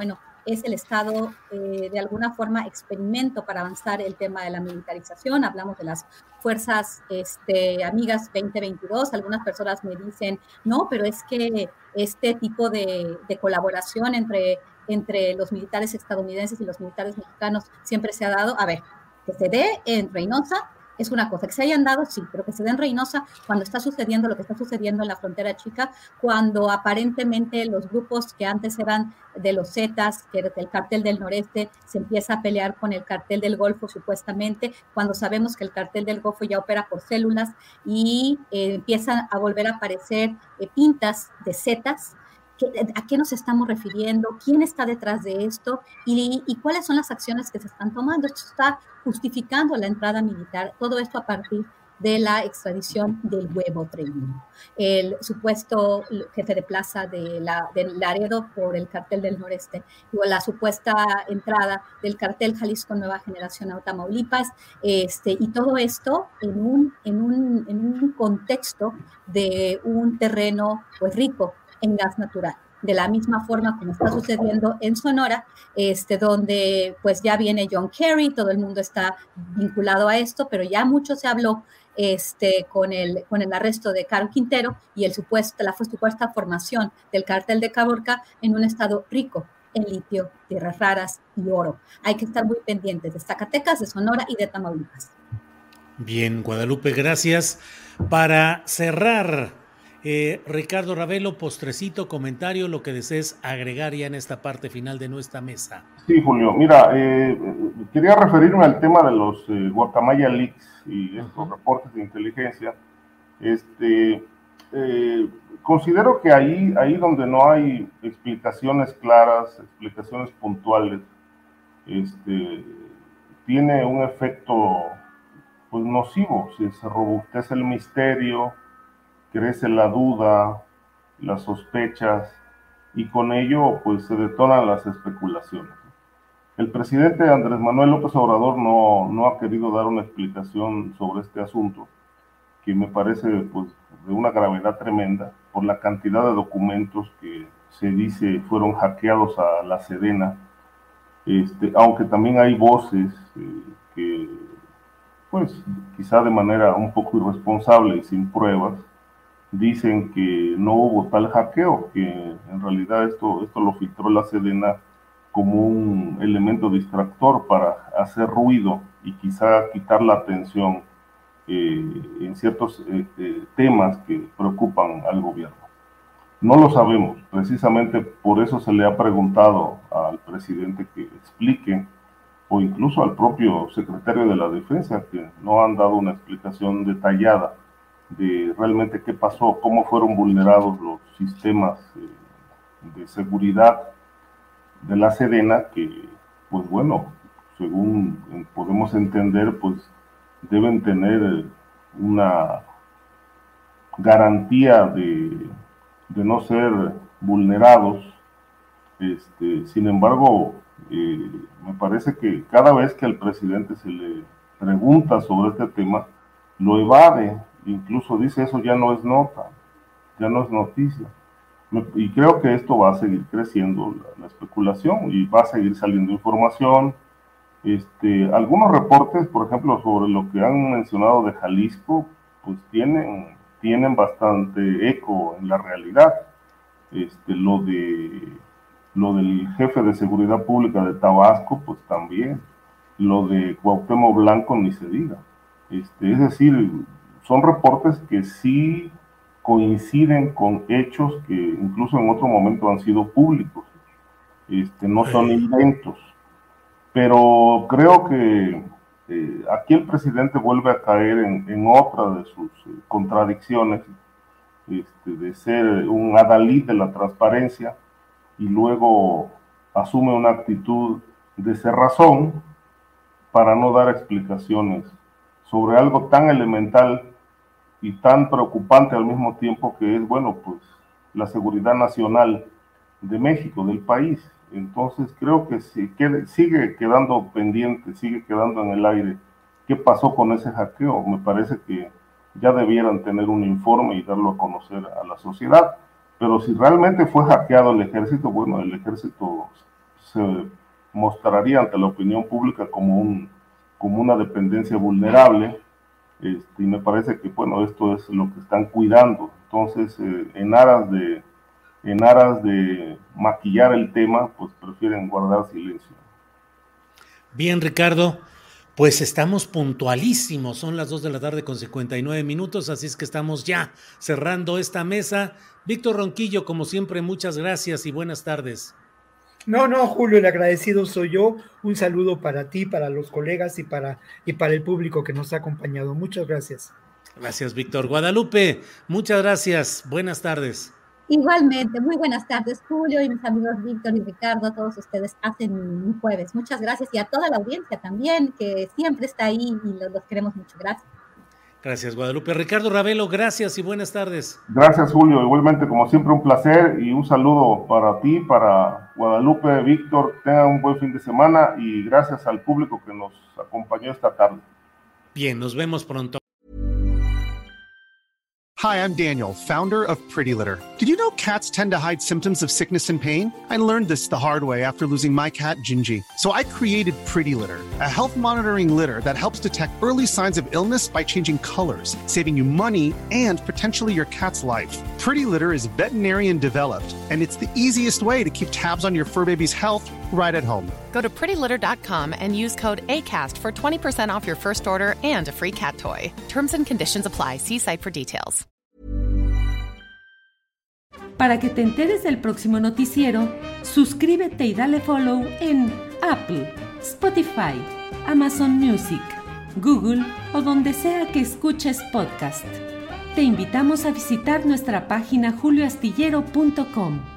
es el Estado de alguna forma experimento para avanzar el tema de la militarización. Hablamos de las fuerzas amigas 2022. Algunas personas me dicen, no, pero es que este tipo de colaboración entre los militares estadounidenses y los militares mexicanos siempre se ha dado. A ver, que se dé en Reynosa es una cosa, que se hayan dado, sí, pero que se dé en Reynosa cuando está sucediendo lo que está sucediendo en la frontera chica, cuando aparentemente los grupos que antes eran de los Zetas, que era el cartel del noreste, se empieza a pelear con el cartel del Golfo supuestamente, cuando sabemos que el cartel del Golfo ya opera por células y empiezan a volver a aparecer pintas de Zetas. ¿A qué nos estamos refiriendo? ¿Quién está detrás de esto? ¿Y cuáles son las acciones que se están tomando? Esto está justificando la entrada militar, todo esto a partir de la extradición del Huevo Treviño, el supuesto jefe de plaza de Laredo por el cartel del noreste, o la supuesta entrada del cartel Jalisco Nueva Generación a Tamaulipas, y todo esto en un contexto de un terreno pues rico en gas natural, de la misma forma como está sucediendo en Sonora, donde pues ya viene John Kerry, todo el mundo está vinculado a esto, pero ya mucho se habló con el arresto de Caro Quintero y la supuesta formación del cártel de Caborca en un estado rico en litio, tierras raras y oro. Hay que estar muy pendientes de Zacatecas, de Sonora y de Tamaulipas. Bien, Guadalupe, gracias. Para cerrar, Ricardo Ravelo, postrecito, comentario, lo que desees agregar ya en esta parte final de nuestra mesa. Sí, Julio, mira, quería referirme al tema de los Guacamaya Leaks y estos reportes de inteligencia. Considero que ahí donde no hay explicaciones claras, explicaciones puntuales, tiene un efecto pues nocivo. Si se robustece el misterio, crece la duda, las sospechas, y con ello pues se detonan las especulaciones. El presidente Andrés Manuel López Obrador no ha querido dar una explicación sobre este asunto, que me parece pues de una gravedad tremenda por la cantidad de documentos que se dice fueron hackeados a la Sedena, aunque también hay voces que pues quizá de manera un poco irresponsable y sin pruebas dicen que no hubo tal hackeo, que en realidad esto lo filtró la Sedena como un elemento distractor para hacer ruido y quizá quitar la atención en ciertos temas que preocupan al gobierno. No lo sabemos, precisamente por eso se le ha preguntado al presidente que explique, o incluso al propio secretario de la Defensa, que no han dado una explicación detallada de realmente qué pasó, cómo fueron vulnerados los sistemas de seguridad de la Sedena, que pues bueno, según podemos entender, pues deben tener una garantía de no ser vulnerados. Sin embargo, me parece que cada vez que al presidente se le pregunta sobre este tema, lo evade, incluso dice eso ya no es nota, ya no es noticia. Y creo que esto va a seguir creciendo la especulación y va a seguir saliendo información. Algunos reportes, por ejemplo, sobre lo que han mencionado de Jalisco, pues tienen bastante eco en la realidad. Lo del jefe de seguridad pública de Tabasco, pues también. Lo de Cuauhtémoc Blanco ni se diga. Es decir, son reportes que sí coinciden con hechos que incluso en otro momento han sido públicos. No son inventos. Pero creo que aquí el presidente vuelve a caer en otra de sus contradicciones, de ser un adalid de la transparencia y luego asume una actitud de cerrazón para no dar explicaciones sobre algo tan elemental y tan preocupante al mismo tiempo, que es, bueno, pues la seguridad nacional de México, del país. Entonces creo que sigue quedando pendiente, sigue quedando en el aire qué pasó con ese hackeo. Me parece que ya debieran tener un informe y darlo a conocer a la sociedad. Pero si realmente fue hackeado el ejército, bueno, el ejército se mostraría ante la opinión pública como una dependencia vulnerable, y me parece que, bueno, esto es lo que están cuidando. Entonces, en aras de maquillar el tema, pues prefieren guardar silencio. Bien, Ricardo, pues estamos puntualísimos, son las 2:59 PM, así es que estamos ya cerrando esta mesa. Víctor Ronquillo, como siempre, muchas gracias y buenas tardes. No, Julio, el agradecido soy yo. Un saludo para ti, para los colegas y para el público que nos ha acompañado. Muchas gracias. Gracias, Víctor. Guadalupe, muchas gracias. Buenas tardes. Igualmente, muy buenas tardes, Julio, y mis amigos Víctor y Ricardo, a todos ustedes hacen un jueves. Muchas gracias, y a toda la audiencia también, que siempre está ahí y los queremos mucho. Gracias. Gracias, Guadalupe. Ricardo Ravelo, gracias y buenas tardes. Gracias, Julio. Igualmente, como siempre, un placer y un saludo para ti, para Guadalupe, Víctor. Tengan un buen fin de semana y gracias al público que nos acompañó esta tarde. Bien, nos vemos pronto. Hi, I'm Daniel, founder of Pretty Litter. Did you know cats tend to hide symptoms of sickness and pain? I learned this the hard way after losing my cat, Gingy. So I created Pretty Litter, a health monitoring litter that helps detect early signs of illness by changing colors, saving you money and potentially your cat's life. Pretty Litter is veterinarian developed, and it's the easiest way to keep tabs on your fur baby's health right at home. Go to prettylitter.com and use code ACAST for 20% off your first order and a free cat toy. Terms and conditions apply. See site for details. Para que te enteres del próximo noticiero, suscríbete y dale follow en Apple, Spotify, Amazon Music, Google o donde sea que escuches podcast. Te invitamos a visitar nuestra página julioastillero.com.